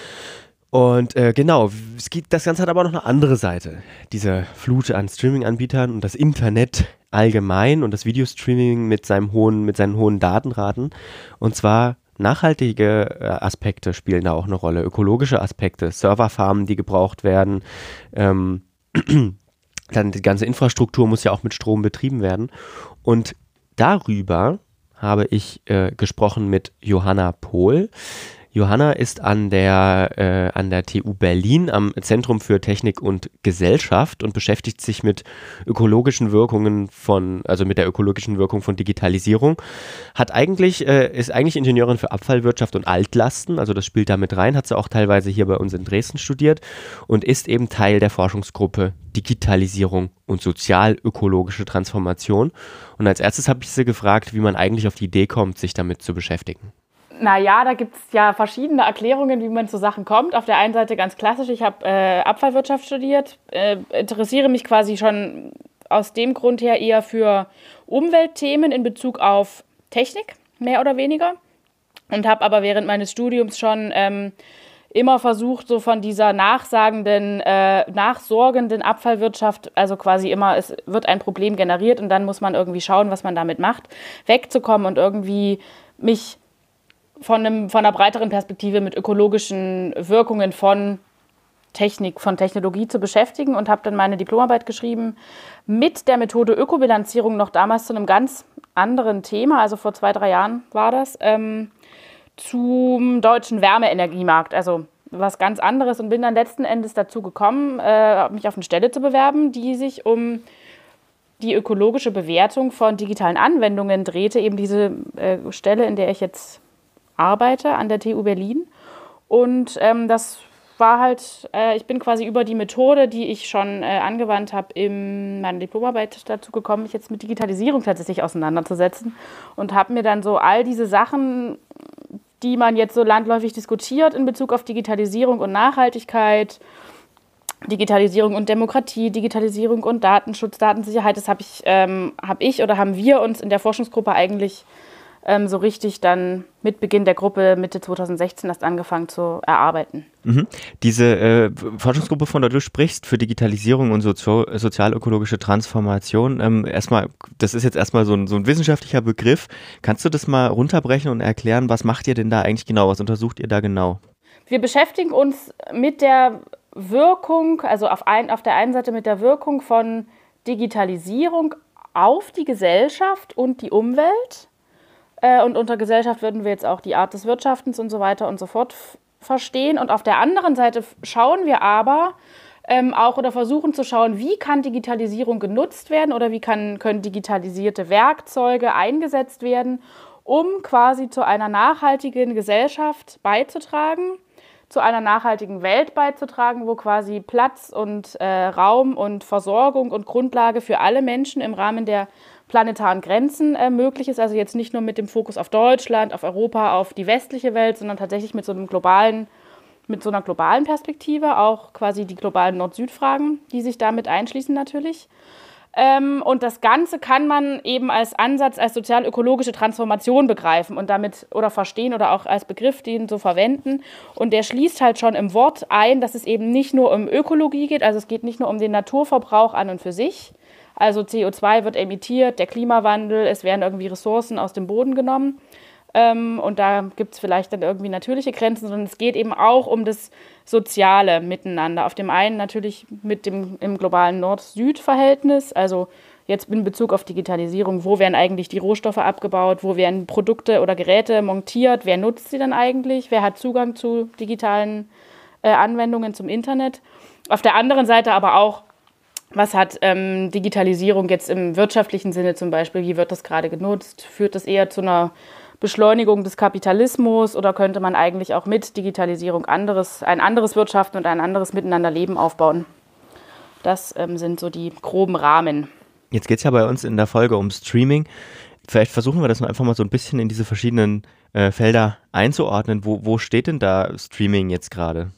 Und äh, genau, es geht, das Ganze hat aber noch eine andere Seite. Diese Flut an Streaming-Anbietern und das Internet allgemein und das Videostreaming mit seinem hohen, mit seinen hohen Datenraten. Und zwar nachhaltige äh, Aspekte spielen da auch eine Rolle, ökologische Aspekte, Serverfarmen, die gebraucht werden, ähm, dann die ganze Infrastruktur muss ja auch mit Strom betrieben werden. Und darüber habe ich äh, gesprochen mit Johanna Pohl. Johanna ist an der, äh, an der T U Berlin am Zentrum für Technik und Gesellschaft und beschäftigt sich mit ökologischen Wirkungen von, also mit der ökologischen Wirkung von Digitalisierung. Hat eigentlich, äh, ist eigentlich Ingenieurin für Abfallwirtschaft und Altlasten, also das spielt da mit rein, hat sie auch teilweise hier bei uns in Dresden studiert und ist eben Teil der Forschungsgruppe Digitalisierung und sozial-ökologische Transformation. Und als erstes habe ich sie gefragt, wie man eigentlich auf die Idee kommt, sich damit zu beschäftigen. Naja, da gibt es ja verschiedene Erklärungen, wie man zu Sachen kommt. Auf der einen Seite ganz klassisch, ich habe äh, Abfallwirtschaft studiert, äh, interessiere mich quasi schon aus dem Grund her eher für Umweltthemen in Bezug auf Technik, mehr oder weniger. Und habe aber während meines Studiums schon ähm, immer versucht, so von dieser nachsagenden, äh, nachsorgenden Abfallwirtschaft, also quasi immer, es wird ein Problem generiert und dann muss man irgendwie schauen, was man damit macht, wegzukommen und irgendwie mich von, einem, von einer breiteren Perspektive mit ökologischen Wirkungen von Technik, von Technologie zu beschäftigen und habe dann meine Diplomarbeit geschrieben mit der Methode Ökobilanzierung, noch damals zu einem ganz anderen Thema, also vor zwei, drei Jahren war das, ähm, zum deutschen Wärmeenergiemarkt, also was ganz anderes, und bin dann letzten Endes dazu gekommen, äh, mich auf eine Stelle zu bewerben, die sich um die ökologische Bewertung von digitalen Anwendungen drehte, eben diese äh, Stelle, in der ich jetzt arbeite an der T U Berlin. Und ähm, das war halt, äh, ich bin quasi über die Methode, die ich schon äh, angewandt habe, in meiner Diplomarbeit dazu gekommen, mich jetzt mit Digitalisierung tatsächlich auseinanderzusetzen und habe mir dann so all diese Sachen, die man jetzt so landläufig diskutiert in Bezug auf Digitalisierung und Nachhaltigkeit, Digitalisierung und Demokratie, Digitalisierung und Datenschutz, Datensicherheit, das habe ich, ähm, hab ich oder haben wir uns in der Forschungsgruppe eigentlich ähm, so richtig dann mit Beginn der Gruppe Mitte zwanzig sechzehn erst angefangen zu erarbeiten. Mhm. Diese äh, Forschungsgruppe, von der du sprichst, für Digitalisierung und Sozio- sozial-ökologische Transformation, ähm, erstmal, das ist jetzt erstmal so ein, so ein wissenschaftlicher Begriff. Kannst du das mal runterbrechen und erklären, was macht ihr denn da eigentlich genau? Was untersucht ihr da genau? Wir beschäftigen uns mit der Wirkung, also auf, ein, auf der einen Seite mit der Wirkung von Digitalisierung auf die Gesellschaft und die Umwelt. Äh, und unter Gesellschaft würden wir jetzt auch die Art des Wirtschaftens und so weiter und so fort f- verstehen. Und auf der anderen Seite schauen wir aber ähm, auch oder versuchen zu schauen, wie kann Digitalisierung genutzt werden oder wie kann, können digitalisierte Werkzeuge eingesetzt werden, um quasi zu einer nachhaltigen Gesellschaft beizutragen, zu einer nachhaltigen Welt beizutragen, wo quasi Platz und äh, Raum und Versorgung und Grundlage für alle Menschen im Rahmen der planetaren Grenzen äh, möglich ist. Also jetzt nicht nur mit dem Fokus auf Deutschland, auf Europa, auf die westliche Welt, sondern tatsächlich mit so einem globalen, mit so einer globalen Perspektive, auch quasi die globalen Nord-Süd-Fragen, die sich damit einschließen natürlich. Ähm, und das Ganze kann man eben als Ansatz, als sozial-ökologische Transformation begreifen und damit oder verstehen oder auch als Begriff den so verwenden. Und der schließt halt schon im Wort ein, dass es eben nicht nur um Ökologie geht, also es geht nicht nur um den Naturverbrauch an und für sich. Also C O zwei wird emittiert, der Klimawandel, es werden irgendwie Ressourcen aus dem Boden genommen. Ähm, und da gibt es vielleicht dann irgendwie natürliche Grenzen, sondern es geht eben auch um das soziale Miteinander. Auf dem einen natürlich mit dem im globalen Nord-Süd-Verhältnis, also jetzt in Bezug auf Digitalisierung, wo werden eigentlich die Rohstoffe abgebaut, wo werden Produkte oder Geräte montiert, wer nutzt sie dann eigentlich, wer hat Zugang zu digitalen äh, Anwendungen zum Internet. Auf der anderen Seite aber auch, was hat ähm, Digitalisierung jetzt im wirtschaftlichen Sinne zum Beispiel, wie wird das gerade genutzt, führt das eher zu einer Beschleunigung des Kapitalismus oder könnte man eigentlich auch mit Digitalisierung anderes, ein anderes Wirtschaften und ein anderes Miteinanderleben aufbauen? Das ähm, sind so die groben Rahmen. Jetzt geht es ja bei uns in der Folge um Streaming. Vielleicht versuchen wir das einfach mal so ein bisschen in diese verschiedenen äh, Felder einzuordnen. Wo, wo steht denn da Streaming jetzt gerade?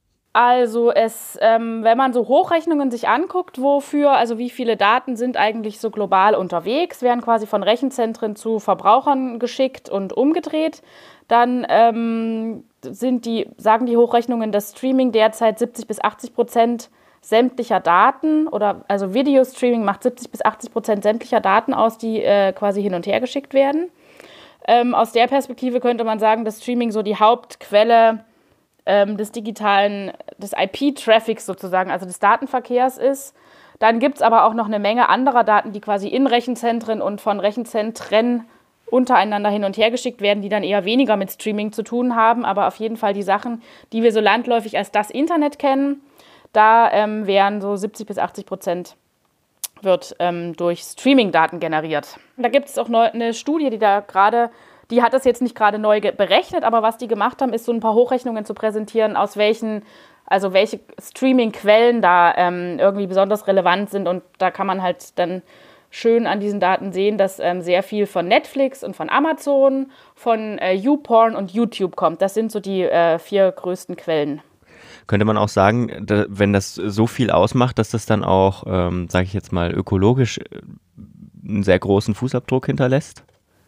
Also es, ähm, wenn man so Hochrechnungen sich anguckt, wofür, also wie viele Daten sind eigentlich so global unterwegs, werden quasi von Rechenzentren zu Verbrauchern geschickt und umgedreht, dann ähm, sind die, sagen die Hochrechnungen, dass Streaming derzeit siebzig bis achtzig Prozent sämtlicher Daten oder also Videostreaming macht siebzig bis achtzig Prozent sämtlicher Daten aus, die äh, quasi hin und her geschickt werden. Ähm, aus der Perspektive könnte man sagen, dass Streaming so die Hauptquelle des digitalen, des I P-Traffics sozusagen, also des Datenverkehrs ist. Dann gibt es aber auch noch eine Menge anderer Daten, die quasi in Rechenzentren und von Rechenzentren untereinander hin und her geschickt werden, die dann eher weniger mit Streaming zu tun haben. Aber auf jeden Fall die Sachen, die wir so landläufig als das Internet kennen, da ähm, wären so siebzig bis achtzig Prozent wird ähm, durch Streaming-Daten generiert. Da gibt es auch neu, eine Studie, die da gerade Die hat das jetzt nicht gerade neu berechnet, aber was die gemacht haben, ist so ein paar Hochrechnungen zu präsentieren, aus welchen, also welche Streaming-Quellen da ähm, irgendwie besonders relevant sind. Und da kann man halt dann schön an diesen Daten sehen, dass ähm, sehr viel von Netflix und von Amazon, von äh, YouPorn und YouTube kommt. Das sind so die äh, vier größten Quellen. Könnte man auch sagen, da, wenn das so viel ausmacht, dass das dann auch, ähm, sage ich jetzt mal, ökologisch einen sehr großen Fußabdruck hinterlässt?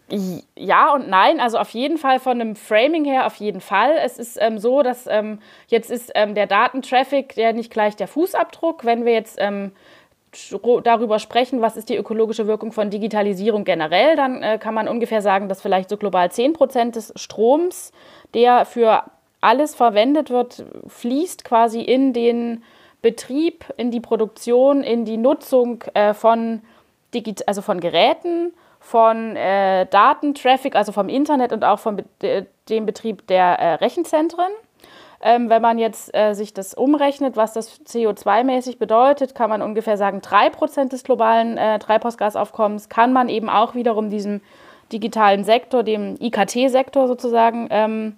Ja und nein, also auf jeden Fall von einem Framing her auf jeden Fall. Es ist ähm, so, dass ähm, jetzt ist ähm, der Datentraffic der nicht gleich der Fußabdruck. Wenn wir jetzt ähm, darüber sprechen, was ist die ökologische Wirkung von Digitalisierung generell, dann äh, kann man ungefähr sagen, dass vielleicht so global zehn Prozent des Stroms, der für alles verwendet wird, fließt quasi in den Betrieb, in die Produktion, in die Nutzung äh, von, Digit- also von Geräten, von äh, Datentraffic, also vom Internet und auch von be- dem Betrieb der äh, Rechenzentren. Ähm, wenn man jetzt äh, sich das umrechnet, was das C O zwei mäßig bedeutet, kann man ungefähr sagen, drei Prozent des globalen äh, Treibhausgasaufkommens kann man eben auch wiederum diesem digitalen Sektor, dem I K T-Sektor sozusagen, ähm,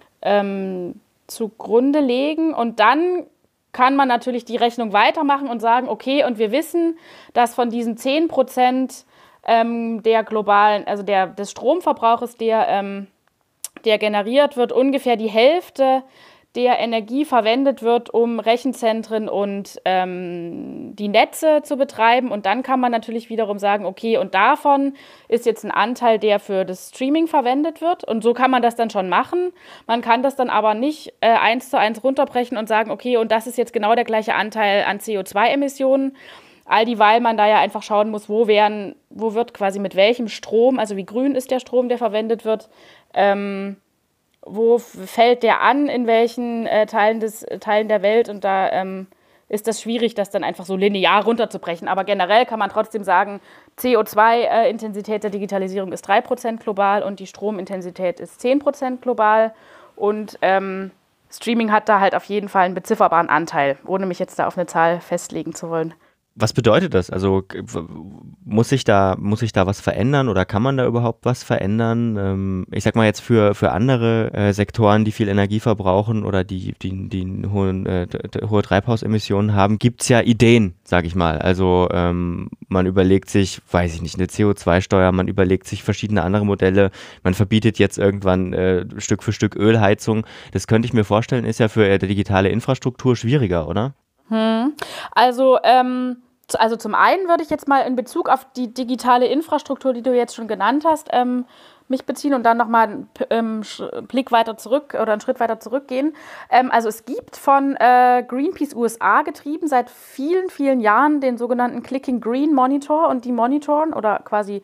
ähm, zugrunde legen. Und dann kann man natürlich die Rechnung weitermachen und sagen, okay, und wir wissen, dass von diesen zehn Prozent ähm, der globalen, also der, des Stromverbrauches, der, ähm, der generiert wird, ungefähr die Hälfte der Energie verwendet wird, um Rechenzentren und ähm, die Netze zu betreiben. Und dann kann man natürlich wiederum sagen, okay, und davon ist jetzt ein Anteil, der für das Streaming verwendet wird. Und so kann man das dann schon machen. Man kann das dann aber nicht äh, eins zu eins runterbrechen und sagen, okay, und das ist jetzt genau der gleiche Anteil an C O zwei Emissionen. All dieweil man da ja einfach schauen muss, wo, werden, wo wird quasi mit welchem Strom, also wie grün ist der Strom, der verwendet wird, ähm, wo fällt der an, in welchen äh, Teilen, des, Teilen der Welt, und da ähm, ist das schwierig, das dann einfach so linear runterzubrechen. Aber generell kann man trotzdem sagen, C O zwei Intensität der Digitalisierung ist drei Prozent global und die Stromintensität ist zehn Prozent global, und ähm, Streaming hat da halt auf jeden Fall einen bezifferbaren Anteil, ohne mich jetzt da auf eine Zahl festlegen zu wollen. Was bedeutet das? Also muss sich da, muss sich da was verändern oder kann man da überhaupt was verändern? Ähm, ich sag mal jetzt für, für andere äh, Sektoren, die viel Energie verbrauchen oder die, die, die hohen, äh, hohe Treibhausemissionen haben, gibt's ja Ideen, sag ich mal. Also ähm, man überlegt sich, weiß ich nicht, eine C O zwei Steuer, man überlegt sich verschiedene andere Modelle, man verbietet jetzt irgendwann äh, Stück für Stück Ölheizung. Das könnte ich mir vorstellen, ist ja für äh, digitale Infrastruktur schwieriger, oder? Hm. Also, ähm, also zum einen würde ich jetzt mal in Bezug auf die digitale Infrastruktur, die du jetzt schon genannt hast, ähm, mich beziehen und dann nochmal einen ähm, Blick weiter zurück oder einen Schritt weiter zurückgehen. Ähm, also es gibt von äh, Greenpeace U S A getrieben seit vielen, vielen Jahren den sogenannten Clicking Green Monitor, und die monitoren oder quasi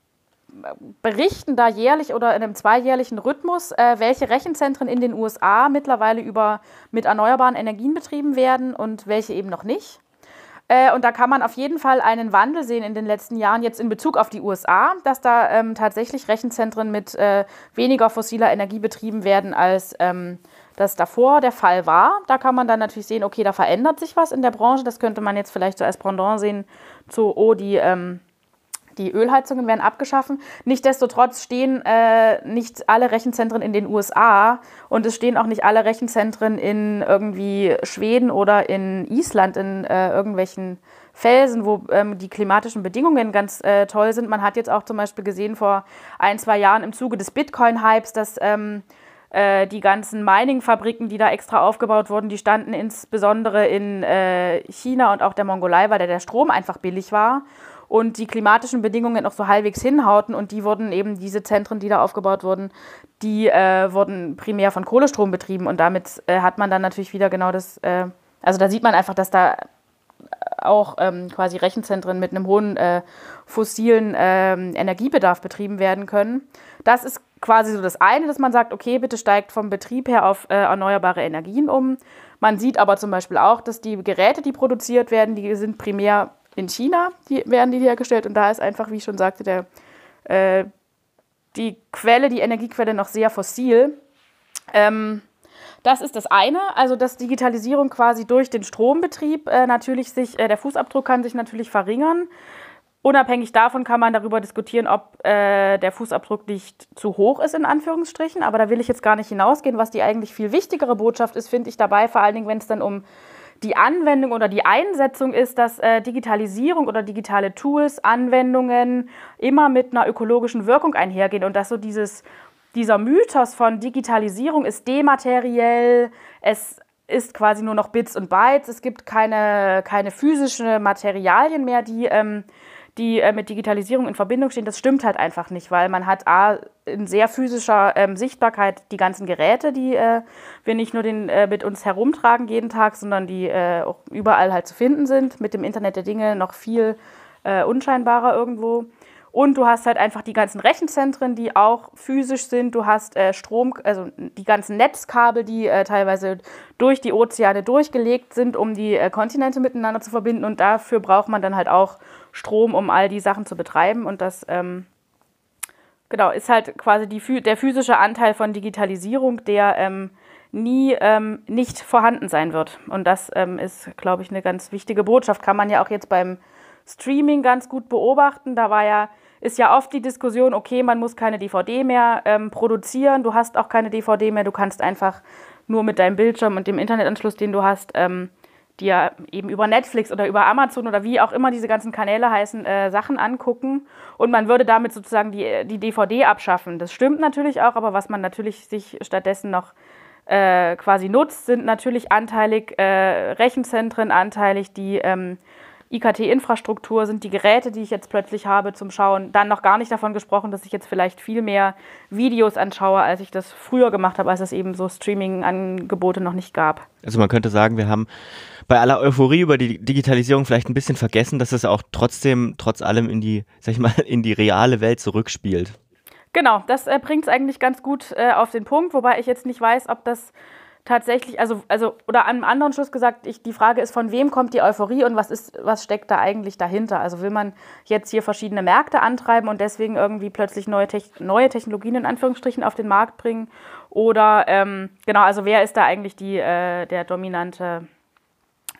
berichten da jährlich oder in einem zweijährlichen Rhythmus, äh, welche Rechenzentren in den U S A mittlerweile über, mit erneuerbaren Energien betrieben werden und welche eben noch nicht. Äh, und da kann man auf jeden Fall einen Wandel sehen in den letzten Jahren, jetzt in Bezug auf die U S A, dass da ähm, tatsächlich Rechenzentren mit äh, weniger fossiler Energie betrieben werden, als ähm, das davor der Fall war. Da kann man dann natürlich sehen, okay, da verändert sich was in der Branche. Das könnte man jetzt vielleicht so als Pendant sehen zu, oh, die... Ähm, Die Ölheizungen werden abgeschaffen. Nichtsdestotrotz stehen äh, nicht alle Rechenzentren in den U S A und es stehen auch nicht alle Rechenzentren in irgendwie Schweden oder in Island in äh, irgendwelchen Felsen, wo ähm, die klimatischen Bedingungen ganz äh, toll sind. Man hat jetzt auch zum Beispiel gesehen vor ein, zwei Jahren im Zuge des Bitcoin-Hypes, dass ähm, äh, die ganzen Mining-Fabriken, die da extra aufgebaut wurden, die standen insbesondere in äh, China und auch der Mongolei, weil da der Strom einfach billig war und die klimatischen Bedingungen auch so halbwegs hinhauten, und die wurden eben, diese Zentren, die da aufgebaut wurden, die äh, wurden primär von Kohlestrom betrieben, und damit äh, hat man dann natürlich wieder genau das, äh, also da sieht man einfach, dass da auch ähm, quasi Rechenzentren mit einem hohen äh, fossilen äh, Energiebedarf betrieben werden können. Das ist quasi so das eine, dass man sagt, okay, bitte steigt vom Betrieb her auf äh, erneuerbare Energien um. Man sieht aber zum Beispiel auch, dass die Geräte, die produziert werden, die sind primär in China, die werden die hergestellt, und da ist einfach, wie ich schon sagte, der, äh, die Quelle, die Energiequelle noch sehr fossil. Ähm, das ist das eine, also dass Digitalisierung quasi durch den Strombetrieb äh, natürlich sich, äh, der Fußabdruck kann sich natürlich verringern. Unabhängig davon kann man darüber diskutieren, ob äh, der Fußabdruck nicht zu hoch ist, in Anführungsstrichen, aber da will ich jetzt gar nicht hinausgehen. Was die eigentlich viel wichtigere Botschaft ist, finde ich dabei, vor allen Dingen, wenn es dann um die Anwendung oder die Einsetzung ist, dass äh, Digitalisierung oder digitale Tools, Anwendungen immer mit einer ökologischen Wirkung einhergehen, und dass so dieses, dieser Mythos von Digitalisierung ist demateriell, es ist quasi nur noch Bits und Bytes, es gibt keine, keine physischen Materialien mehr, die, ähm, die äh, mit Digitalisierung in Verbindung stehen. Das stimmt halt einfach nicht, weil man hat A, in sehr physischer ähm, Sichtbarkeit die ganzen Geräte, die äh, wir nicht nur den, äh, mit uns herumtragen jeden Tag, sondern die äh, auch überall halt zu finden sind. Mit dem Internet der Dinge noch viel äh, unscheinbarer irgendwo. Und du hast halt einfach die ganzen Rechenzentren, die auch physisch sind. Du hast äh, Strom, also die ganzen Netzkabel, die äh, teilweise durch die Ozeane durchgelegt sind, um die äh, Kontinente miteinander zu verbinden. Und dafür braucht man dann halt auch Strom, um all die Sachen zu betreiben. Und das ähm, genau ist halt quasi die, der physische Anteil von Digitalisierung, der ähm, nie ähm, nicht vorhanden sein wird. Und das ähm, ist, glaube ich, eine ganz wichtige Botschaft. Kann man ja auch jetzt beim Streaming ganz gut beobachten. Da war ja, ist ja oft die Diskussion, okay, man muss keine D V D mehr ähm, produzieren, du hast auch keine D V D mehr, du kannst einfach nur mit deinem Bildschirm und dem Internetanschluss, den du hast, ähm, dir eben über Netflix oder über Amazon oder wie auch immer diese ganzen Kanäle heißen, äh, Sachen angucken, und man würde damit sozusagen die, die D V D abschaffen. Das stimmt natürlich auch, aber was man natürlich sich stattdessen noch äh, quasi nutzt, sind natürlich anteilig äh, Rechenzentren, anteilig die ähm, I K T-Infrastruktur, sind die Geräte, die ich jetzt plötzlich habe zum Schauen. Dann noch gar nicht davon gesprochen, dass ich jetzt vielleicht viel mehr Videos anschaue, als ich das früher gemacht habe, als es eben so Streaming-Angebote noch nicht gab. Also man könnte sagen, wir haben bei aller Euphorie über die Digitalisierung vielleicht ein bisschen vergessen, dass es auch trotzdem, trotz allem in die, sag ich mal, in die reale Welt zurückspielt. Genau, das äh, bringt es eigentlich ganz gut äh, auf den Punkt, wobei ich jetzt nicht weiß, ob das tatsächlich, also, also oder an einem anderen Schluss gesagt, ich, die Frage ist, von wem kommt die Euphorie und was ist, was steckt da eigentlich dahinter? Also will man jetzt hier verschiedene Märkte antreiben und deswegen irgendwie plötzlich neue, Te- neue Technologien in Anführungsstrichen auf den Markt bringen? Oder ähm, genau, also wer ist da eigentlich die, äh, der dominante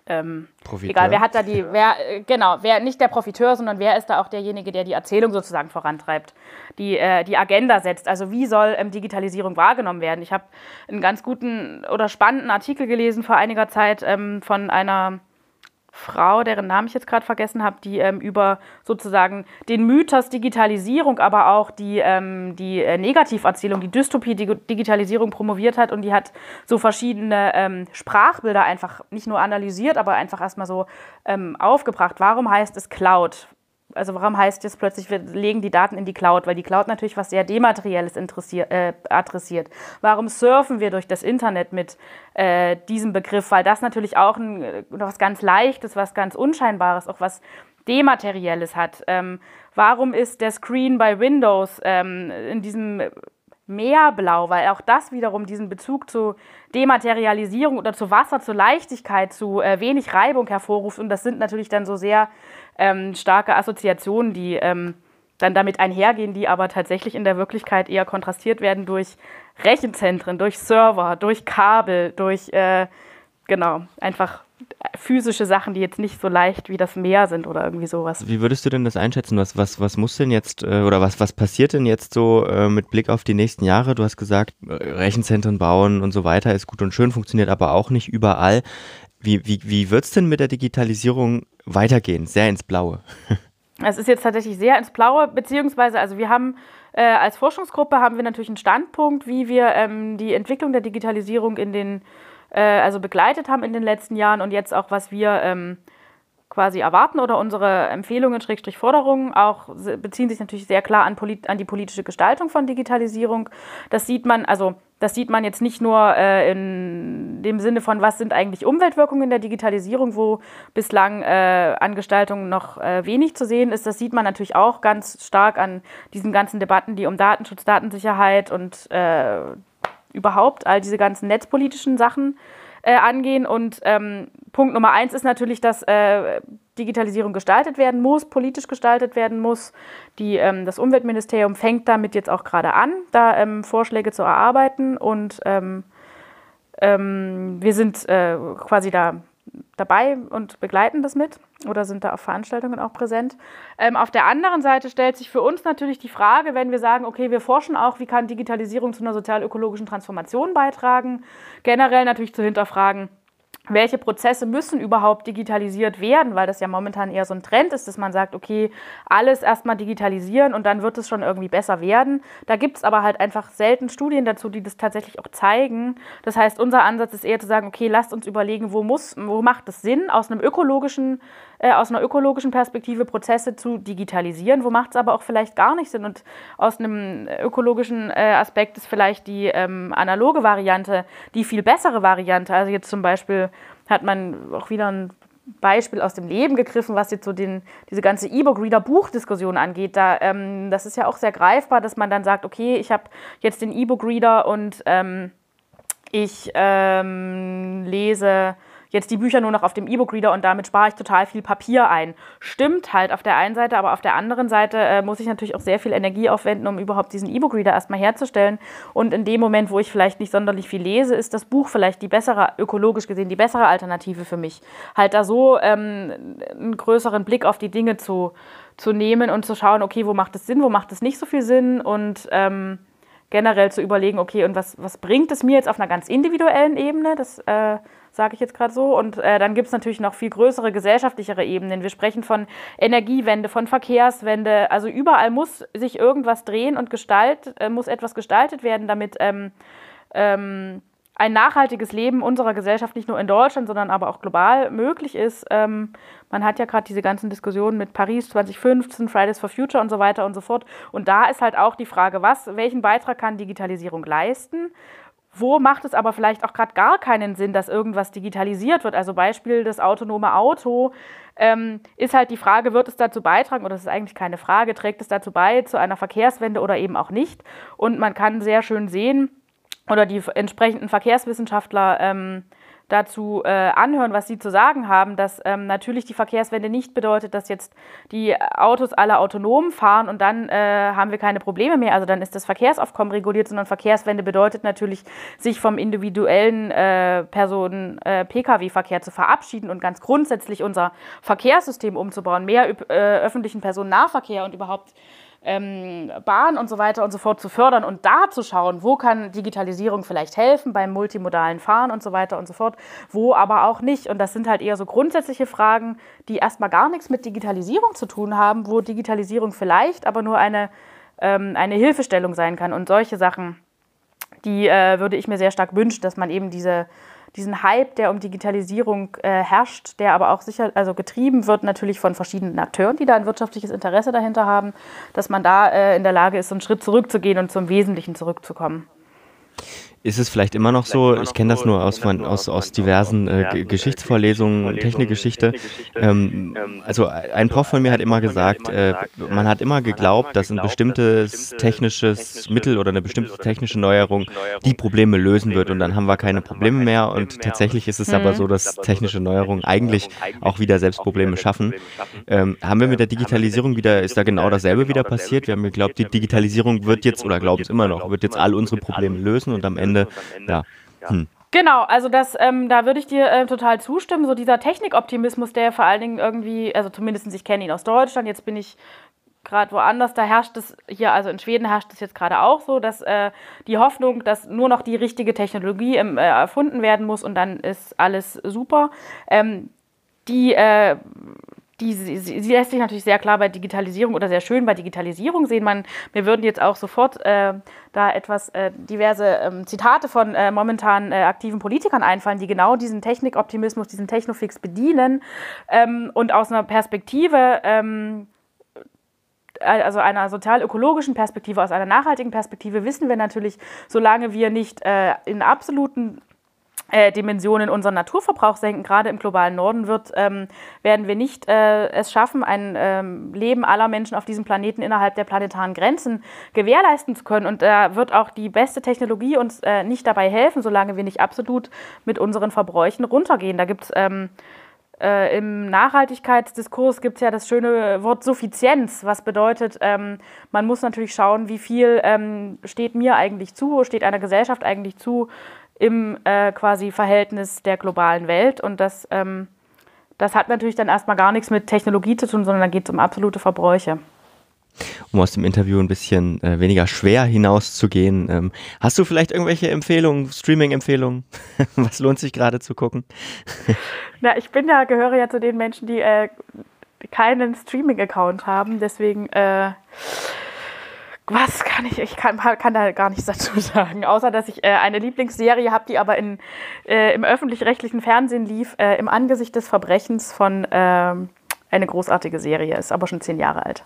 ähm, Profiteur. egal, wer hat da die, wer, äh, genau, wer nicht der Profiteur, sondern wer ist da auch derjenige, der die Erzählung sozusagen vorantreibt, die, äh, die Agenda setzt. Also wie soll ähm, Digitalisierung wahrgenommen werden? Ich habe einen ganz guten oder spannenden Artikel gelesen vor einiger Zeit ähm, von einer Frau, deren Namen ich jetzt gerade vergessen habe, die ähm, über sozusagen den Mythos Digitalisierung, aber auch die, ähm, die äh, Negativerzählung, die Dystopie Dig- Digitalisierung promoviert hat, und die hat so verschiedene ähm, Sprachbilder einfach nicht nur analysiert, aber einfach erstmal so ähm, aufgebracht. Warum heißt es Cloud? Also warum heißt es plötzlich, wir legen die Daten in die Cloud? Weil die Cloud natürlich was sehr Dematerielles äh, adressiert. Warum surfen wir durch das Internet mit äh, diesem Begriff? Weil das natürlich auch ein, was ganz Leichtes, was ganz Unscheinbares, auch was Dematerielles hat. Ähm, warum ist der Screen bei Windows ähm, in diesem Meerblau? Weil auch das wiederum diesen Bezug zu Dematerialisierung oder zu Wasser, zu Leichtigkeit, zu äh, wenig Reibung hervorruft. Und das sind natürlich dann so sehr ähm, starke Assoziationen, die ähm, dann damit einhergehen, die aber tatsächlich in der Wirklichkeit eher kontrastiert werden durch Rechenzentren, durch Server, durch Kabel, durch, äh, genau, einfach physische Sachen, die jetzt nicht so leicht wie das Meer sind oder irgendwie sowas. Wie würdest du denn das einschätzen? Was, was, was muss denn jetzt äh, oder was, was passiert denn jetzt so äh, mit Blick auf die nächsten Jahre? Du hast gesagt, äh, Rechenzentren bauen und so weiter ist gut und schön, funktioniert aber auch nicht überall. Wie, wie, wie wird es denn mit der Digitalisierung weitergehen? Sehr ins Blaue. Es ist jetzt tatsächlich sehr ins Blaue, beziehungsweise, also wir haben äh, als Forschungsgruppe haben wir natürlich einen Standpunkt, wie wir ähm, die Entwicklung der Digitalisierung in den äh, also begleitet haben in den letzten Jahren und jetzt auch, was wir ähm, quasi erwarten oder unsere Empfehlungen, Schrägstrich Forderungen, auch beziehen sich natürlich sehr klar an, polit- an die politische Gestaltung von Digitalisierung. Das sieht man, also das sieht man jetzt nicht nur äh, in dem Sinne von, was sind eigentlich Umweltwirkungen der Digitalisierung, wo bislang äh, an Gestaltung noch äh, wenig zu sehen ist. Das sieht man natürlich auch ganz stark an diesen ganzen Debatten, die um Datenschutz, Datensicherheit und äh, überhaupt all diese ganzen netzpolitischen Sachen Äh, angehen. Und ähm, Punkt Nummer eins ist natürlich, dass äh, Digitalisierung gestaltet werden muss, politisch gestaltet werden muss. Die, ähm, das Umweltministerium fängt damit jetzt auch gerade an, da ähm, Vorschläge zu erarbeiten. Und ähm, ähm, wir sind äh, quasi da dabei und begleiten das mit oder sind da auf Veranstaltungen auch präsent. Ähm, auf der anderen Seite stellt sich für uns natürlich die Frage, wenn wir sagen, okay, wir forschen auch, wie kann Digitalisierung zu einer sozial-ökologischen Transformation beitragen, generell natürlich zu hinterfragen, welche Prozesse müssen überhaupt digitalisiert werden, weil das ja momentan eher so ein Trend ist, dass man sagt, okay, alles erstmal digitalisieren und dann wird es schon irgendwie besser werden. Da gibt es aber halt einfach selten Studien dazu, die das tatsächlich auch zeigen. Das heißt, unser Ansatz ist eher zu sagen, okay, lasst uns überlegen, wo muss, wo macht es Sinn, aus einem ökologischen, äh, aus einer ökologischen Perspektive Prozesse zu digitalisieren, wo macht es aber auch vielleicht gar nicht Sinn. Und aus einem ökologischen äh, Aspekt ist vielleicht die ähm, analoge Variante die viel bessere Variante. Also jetzt zum Beispiel hat man auch wieder ein Beispiel aus dem Leben gegriffen, was jetzt so den, diese ganze E-Book-Reader-Buchdiskussion angeht. Da, ähm, das ist ja auch sehr greifbar, dass man dann sagt, okay, ich habe jetzt den E-Book-Reader und ähm, ich ähm, lese jetzt die Bücher nur noch auf dem E-Book-Reader und damit spare ich total viel Papier ein. Stimmt halt auf der einen Seite, aber auf der anderen Seite äh, muss ich natürlich auch sehr viel Energie aufwenden, um überhaupt diesen E-Book-Reader erstmal herzustellen. Und in dem Moment, wo ich vielleicht nicht sonderlich viel lese, ist das Buch vielleicht die bessere, ökologisch gesehen, die bessere Alternative für mich. Halt da so ähm, einen größeren Blick auf die Dinge zu, zu nehmen und zu schauen, okay, wo macht es Sinn, wo macht es nicht so viel Sinn und ähm, generell zu überlegen, okay, und was, was bringt es mir jetzt auf einer ganz individuellen Ebene, das äh, sage ich jetzt gerade so. Und äh, dann gibt es natürlich noch viel größere gesellschaftlichere Ebenen. Wir sprechen von Energiewende, von Verkehrswende. Also überall muss sich irgendwas drehen und gestalt, äh, muss etwas gestaltet werden, damit ähm, ähm, ein nachhaltiges Leben unserer Gesellschaft nicht nur in Deutschland, sondern aber auch global möglich ist. Ähm, man hat ja gerade diese ganzen Diskussionen mit Paris zwanzig fünfzehn, Fridays for Future und so weiter und so fort. Und da ist halt auch die Frage, was, welchen Beitrag kann Digitalisierung leisten? Wo macht es aber vielleicht auch gerade gar keinen Sinn, dass irgendwas digitalisiert wird? Also Beispiel das autonome Auto ähm, ist halt die Frage, wird es dazu beitragen, oder das ist eigentlich keine Frage, trägt es dazu bei zu einer Verkehrswende oder eben auch nicht? Und man kann sehr schön sehen, oder die entsprechenden Verkehrswissenschaftler ähm, dazu äh, anhören, was sie zu sagen haben, dass ähm, natürlich die Verkehrswende nicht bedeutet, dass jetzt die Autos alle autonom fahren und dann äh, haben wir keine Probleme mehr, also dann ist das Verkehrsaufkommen reguliert, sondern Verkehrswende bedeutet natürlich, sich vom individuellen äh, Personen-P K W-Verkehr zu verabschieden und ganz grundsätzlich unser Verkehrssystem umzubauen, mehr äh, öffentlichen Personennahverkehr und überhaupt Ähm, Bahn und so weiter und so fort zu fördern und da zu schauen, wo kann Digitalisierung vielleicht helfen beim multimodalen Fahren und so weiter und so fort, wo aber auch nicht. Und das sind halt eher so grundsätzliche Fragen, die erstmal gar nichts mit Digitalisierung zu tun haben, wo Digitalisierung vielleicht aber nur eine, ähm, eine Hilfestellung sein kann. Und solche Sachen, die äh, würde ich mir sehr stark wünschen, dass man eben diese diesen Hype, der um Digitalisierung äh, herrscht, der aber auch sicher, also getrieben wird natürlich von verschiedenen Akteuren, die da ein wirtschaftliches Interesse dahinter haben, dass man da äh, in der Lage ist, so einen Schritt zurückzugehen und zum Wesentlichen zurückzukommen. Ist es vielleicht immer noch so, ich kenne das nur aus, von, aus, aus diversen äh, Geschichtsvorlesungen, Technikgeschichte, ähm, also ein Prof von mir hat immer gesagt, äh, man hat immer geglaubt, dass ein bestimmtes technisches Mittel oder eine bestimmte technische Neuerung die Probleme lösen wird und dann haben wir keine Probleme mehr und tatsächlich ist es aber so, dass technische Neuerungen eigentlich auch wieder selbst Probleme schaffen. Ähm, haben wir mit der Digitalisierung wieder, ist da genau dasselbe wieder passiert? Wir haben geglaubt, die Digitalisierung wird jetzt, oder glauben es immer noch, wird jetzt all unsere Probleme lösen und am Ende Ja. Hm. Genau, also das, ähm, da würde ich dir äh, total zustimmen. So dieser Technikoptimismus, der vor allen Dingen irgendwie, also zumindest ich kenne ihn aus Deutschland, jetzt bin ich gerade woanders, da herrscht es hier, also in Schweden herrscht es jetzt gerade auch so, dass äh, die Hoffnung, dass nur noch die richtige Technologie ähm, äh, erfunden werden muss und dann ist alles super. Ähm, die äh, Die, sie, sie lässt sich natürlich sehr klar bei Digitalisierung oder sehr schön bei Digitalisierung sehen. Man, mir würden jetzt auch sofort äh, da etwas äh, diverse ähm, Zitate von äh, momentan äh, aktiven Politikern einfallen, die genau diesen Technikoptimismus, diesen Technofix bedienen ähm, und aus einer Perspektive, ähm, also einer sozial-ökologischen Perspektive, aus einer nachhaltigen Perspektive wissen wir natürlich, solange wir nicht äh, in absoluten Äh, Dimensionen unseren Naturverbrauch senken, gerade im globalen Norden, wird, ähm, werden wir nicht äh, es schaffen, ein ähm, Leben aller Menschen auf diesem Planeten innerhalb der planetaren Grenzen gewährleisten zu können. Und da äh, wird auch die beste Technologie uns äh, nicht dabei helfen, solange wir nicht absolut mit unseren Verbräuchen runtergehen. Da gibt es ähm, äh, im Nachhaltigkeitsdiskurs gibt es ja das schöne Wort Suffizienz, was bedeutet, ähm, man muss natürlich schauen, wie viel ähm, steht mir eigentlich zu, steht einer Gesellschaft eigentlich zu, im äh, quasi Verhältnis der globalen Welt. Und das, ähm, das hat natürlich dann erstmal gar nichts mit Technologie zu tun, sondern da geht es um absolute Verbräuche. Um aus dem Interview ein bisschen äh, weniger schwer hinauszugehen, ähm, hast du vielleicht irgendwelche Empfehlungen, Streaming-Empfehlungen? Was lohnt sich gerade zu gucken? Na, ich bin ja, gehöre ja zu den Menschen, die äh, keinen Streaming-Account haben, deswegen äh, was kann ich, ich kann, kann da gar nichts dazu sagen, außer dass ich äh, eine Lieblingsserie habe, die aber in, äh, im öffentlich-rechtlichen Fernsehen lief, äh, im Angesicht des Verbrechens von äh, eine großartige Serie, ist aber schon zehn Jahre alt.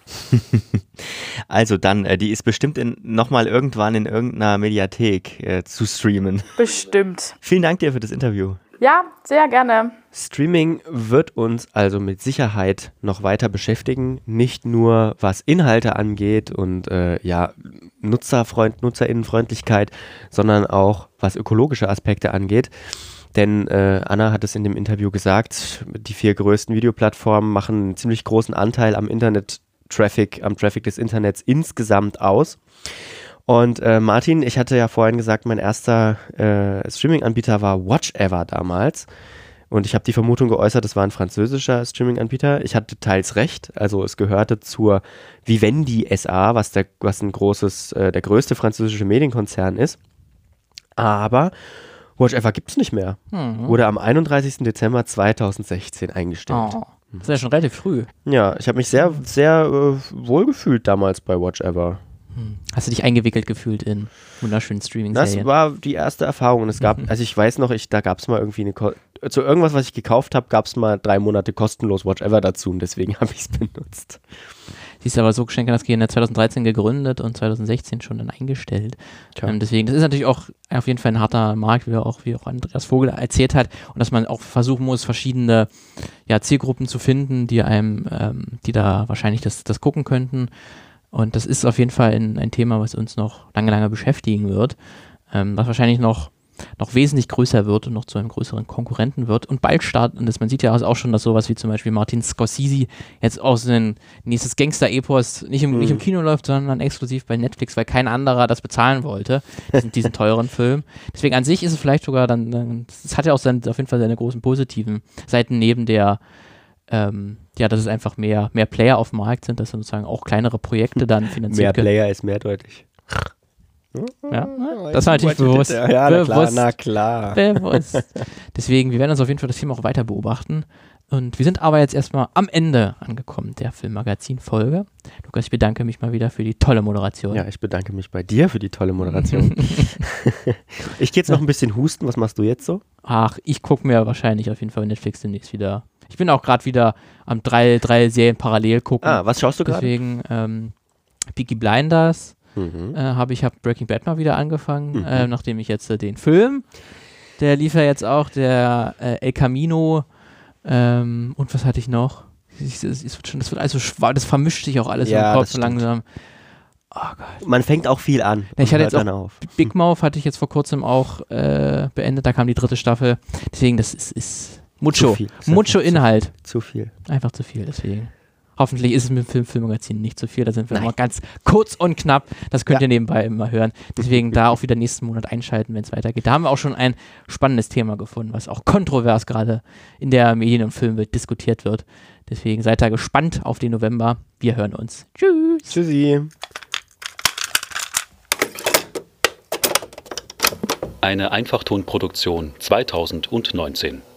Also dann, äh, die ist bestimmt in, nochmal irgendwann in irgendeiner Mediathek äh, zu streamen. Bestimmt. Vielen Dank dir für das Interview. Ja, sehr gerne. Streaming wird uns also mit Sicherheit noch weiter beschäftigen, nicht nur was Inhalte angeht und äh, ja, Nutzerfreund, Nutzerinnenfreundlichkeit, sondern auch was ökologische Aspekte angeht. Denn äh, Anna hat es in dem Interview gesagt, die vier größten Videoplattformen machen einen ziemlich großen Anteil am Internet-Traffic, am Traffic des Internets insgesamt aus. Und äh, Martin, ich hatte ja vorhin gesagt, mein erster äh, Streaming-Anbieter war WatchEver damals. Und ich habe die Vermutung geäußert, es war ein französischer Streaming-Anbieter. Ich hatte teils recht, also es gehörte zur Vivendi S A, was, der, was ein großes, äh, der größte französische Medienkonzern ist. Aber WatchEver gibt es nicht mehr. Mhm. Wurde am einunddreißigsten Dezember zweitausendsechzehn eingestellt. Oh, das ist ja schon relativ früh. Ja, ich habe mich sehr, sehr äh, wohl gefühlt damals bei WatchEver. Hast du dich eingewickelt gefühlt in wunderschönen Streaming-Serien? Das war die erste Erfahrung. Und es gab, also ich weiß noch, ich, da gab es mal irgendwie eine, Ko- zu irgendwas, was ich gekauft habe, gab es mal drei Monate kostenlos WatchEver dazu und deswegen habe ich es benutzt. Sie ist aber so, Geschenke-N S G zweitausenddreizehn gegründet und zweitausendsechzehn schon dann eingestellt. Ähm, deswegen, das ist natürlich auch auf jeden Fall ein harter Markt, wie auch, wie auch Andreas Vogel erzählt hat, und dass man auch versuchen muss, verschiedene ja, Zielgruppen zu finden, die einem, ähm, die da wahrscheinlich das, das gucken könnten. Und das ist auf jeden Fall ein, ein Thema, was uns noch lange, lange beschäftigen wird, ähm, was wahrscheinlich noch noch wesentlich größer wird und noch zu einem größeren Konkurrenten wird und bald starten. Das, man sieht ja auch schon, dass sowas wie zum Beispiel Martin Scorsese jetzt aus dem nächstes Gangster-Epos nicht im, mhm. nicht im Kino läuft, sondern exklusiv bei Netflix, weil kein anderer das bezahlen wollte, diesen, diesen teuren Film. Deswegen an sich ist es vielleicht sogar dann, es hat ja auch sein, auf jeden Fall seine großen positiven Seiten neben der Ähm, ja, dass es einfach mehr, mehr Player auf dem Markt sind, dass dann sozusagen auch kleinere Projekte dann finanziert Mehr können. Player ist mehrdeutig. Ja, das war natürlich bewusst. Ja, na klar, bewusst, na klar. Bewusst. Deswegen, wir werden uns auf jeden Fall das Thema auch weiter beobachten. Und wir sind aber jetzt erstmal am Ende angekommen der Filmmagazin-Folge. Lukas, ich bedanke mich mal wieder für die tolle Moderation. Ja, ich bedanke mich bei dir für die tolle Moderation. Ich gehe jetzt noch ein bisschen husten. Was machst du jetzt so? Ach, ich gucke mir wahrscheinlich auf jeden Fall Netflix demnächst wieder. Ich bin auch gerade wieder am drei, drei Serien parallel gucken. Ah, was schaust du gerade? Deswegen ähm, Peaky Blinders mhm. äh, habe ich, habe Breaking Bad mal wieder angefangen, mhm. äh, nachdem ich jetzt äh, den Film, der lief ja jetzt auch, der äh, El Camino ähm, und was hatte ich noch? Es, es, es wird schon, das wird also schwarz, das vermischt sich auch alles ja, im Kopf langsam. Oh Gott. Man fängt auch viel an. Ja, ich hatte jetzt auch auf. Big Mouth hatte ich jetzt vor kurzem auch äh, beendet, da kam die dritte Staffel. Deswegen, das ist, ist Mucho. Mucho Inhalt. Zu viel. Einfach zu viel, deswegen. Hoffentlich ist es mit dem Film Filmmagazin nicht zu viel. Da sind wir immer ganz kurz und knapp. Das könnt ja. ihr nebenbei immer hören. Deswegen da auch wieder nächsten Monat einschalten, wenn es weitergeht. Da haben wir auch schon ein spannendes Thema gefunden, was auch kontrovers gerade in der Medien- und Filmwelt diskutiert wird. Deswegen seid da gespannt auf den November. Wir hören uns. Tschüss. Tschüssi. Eine Einfachtonproduktion zweitausendneunzehn.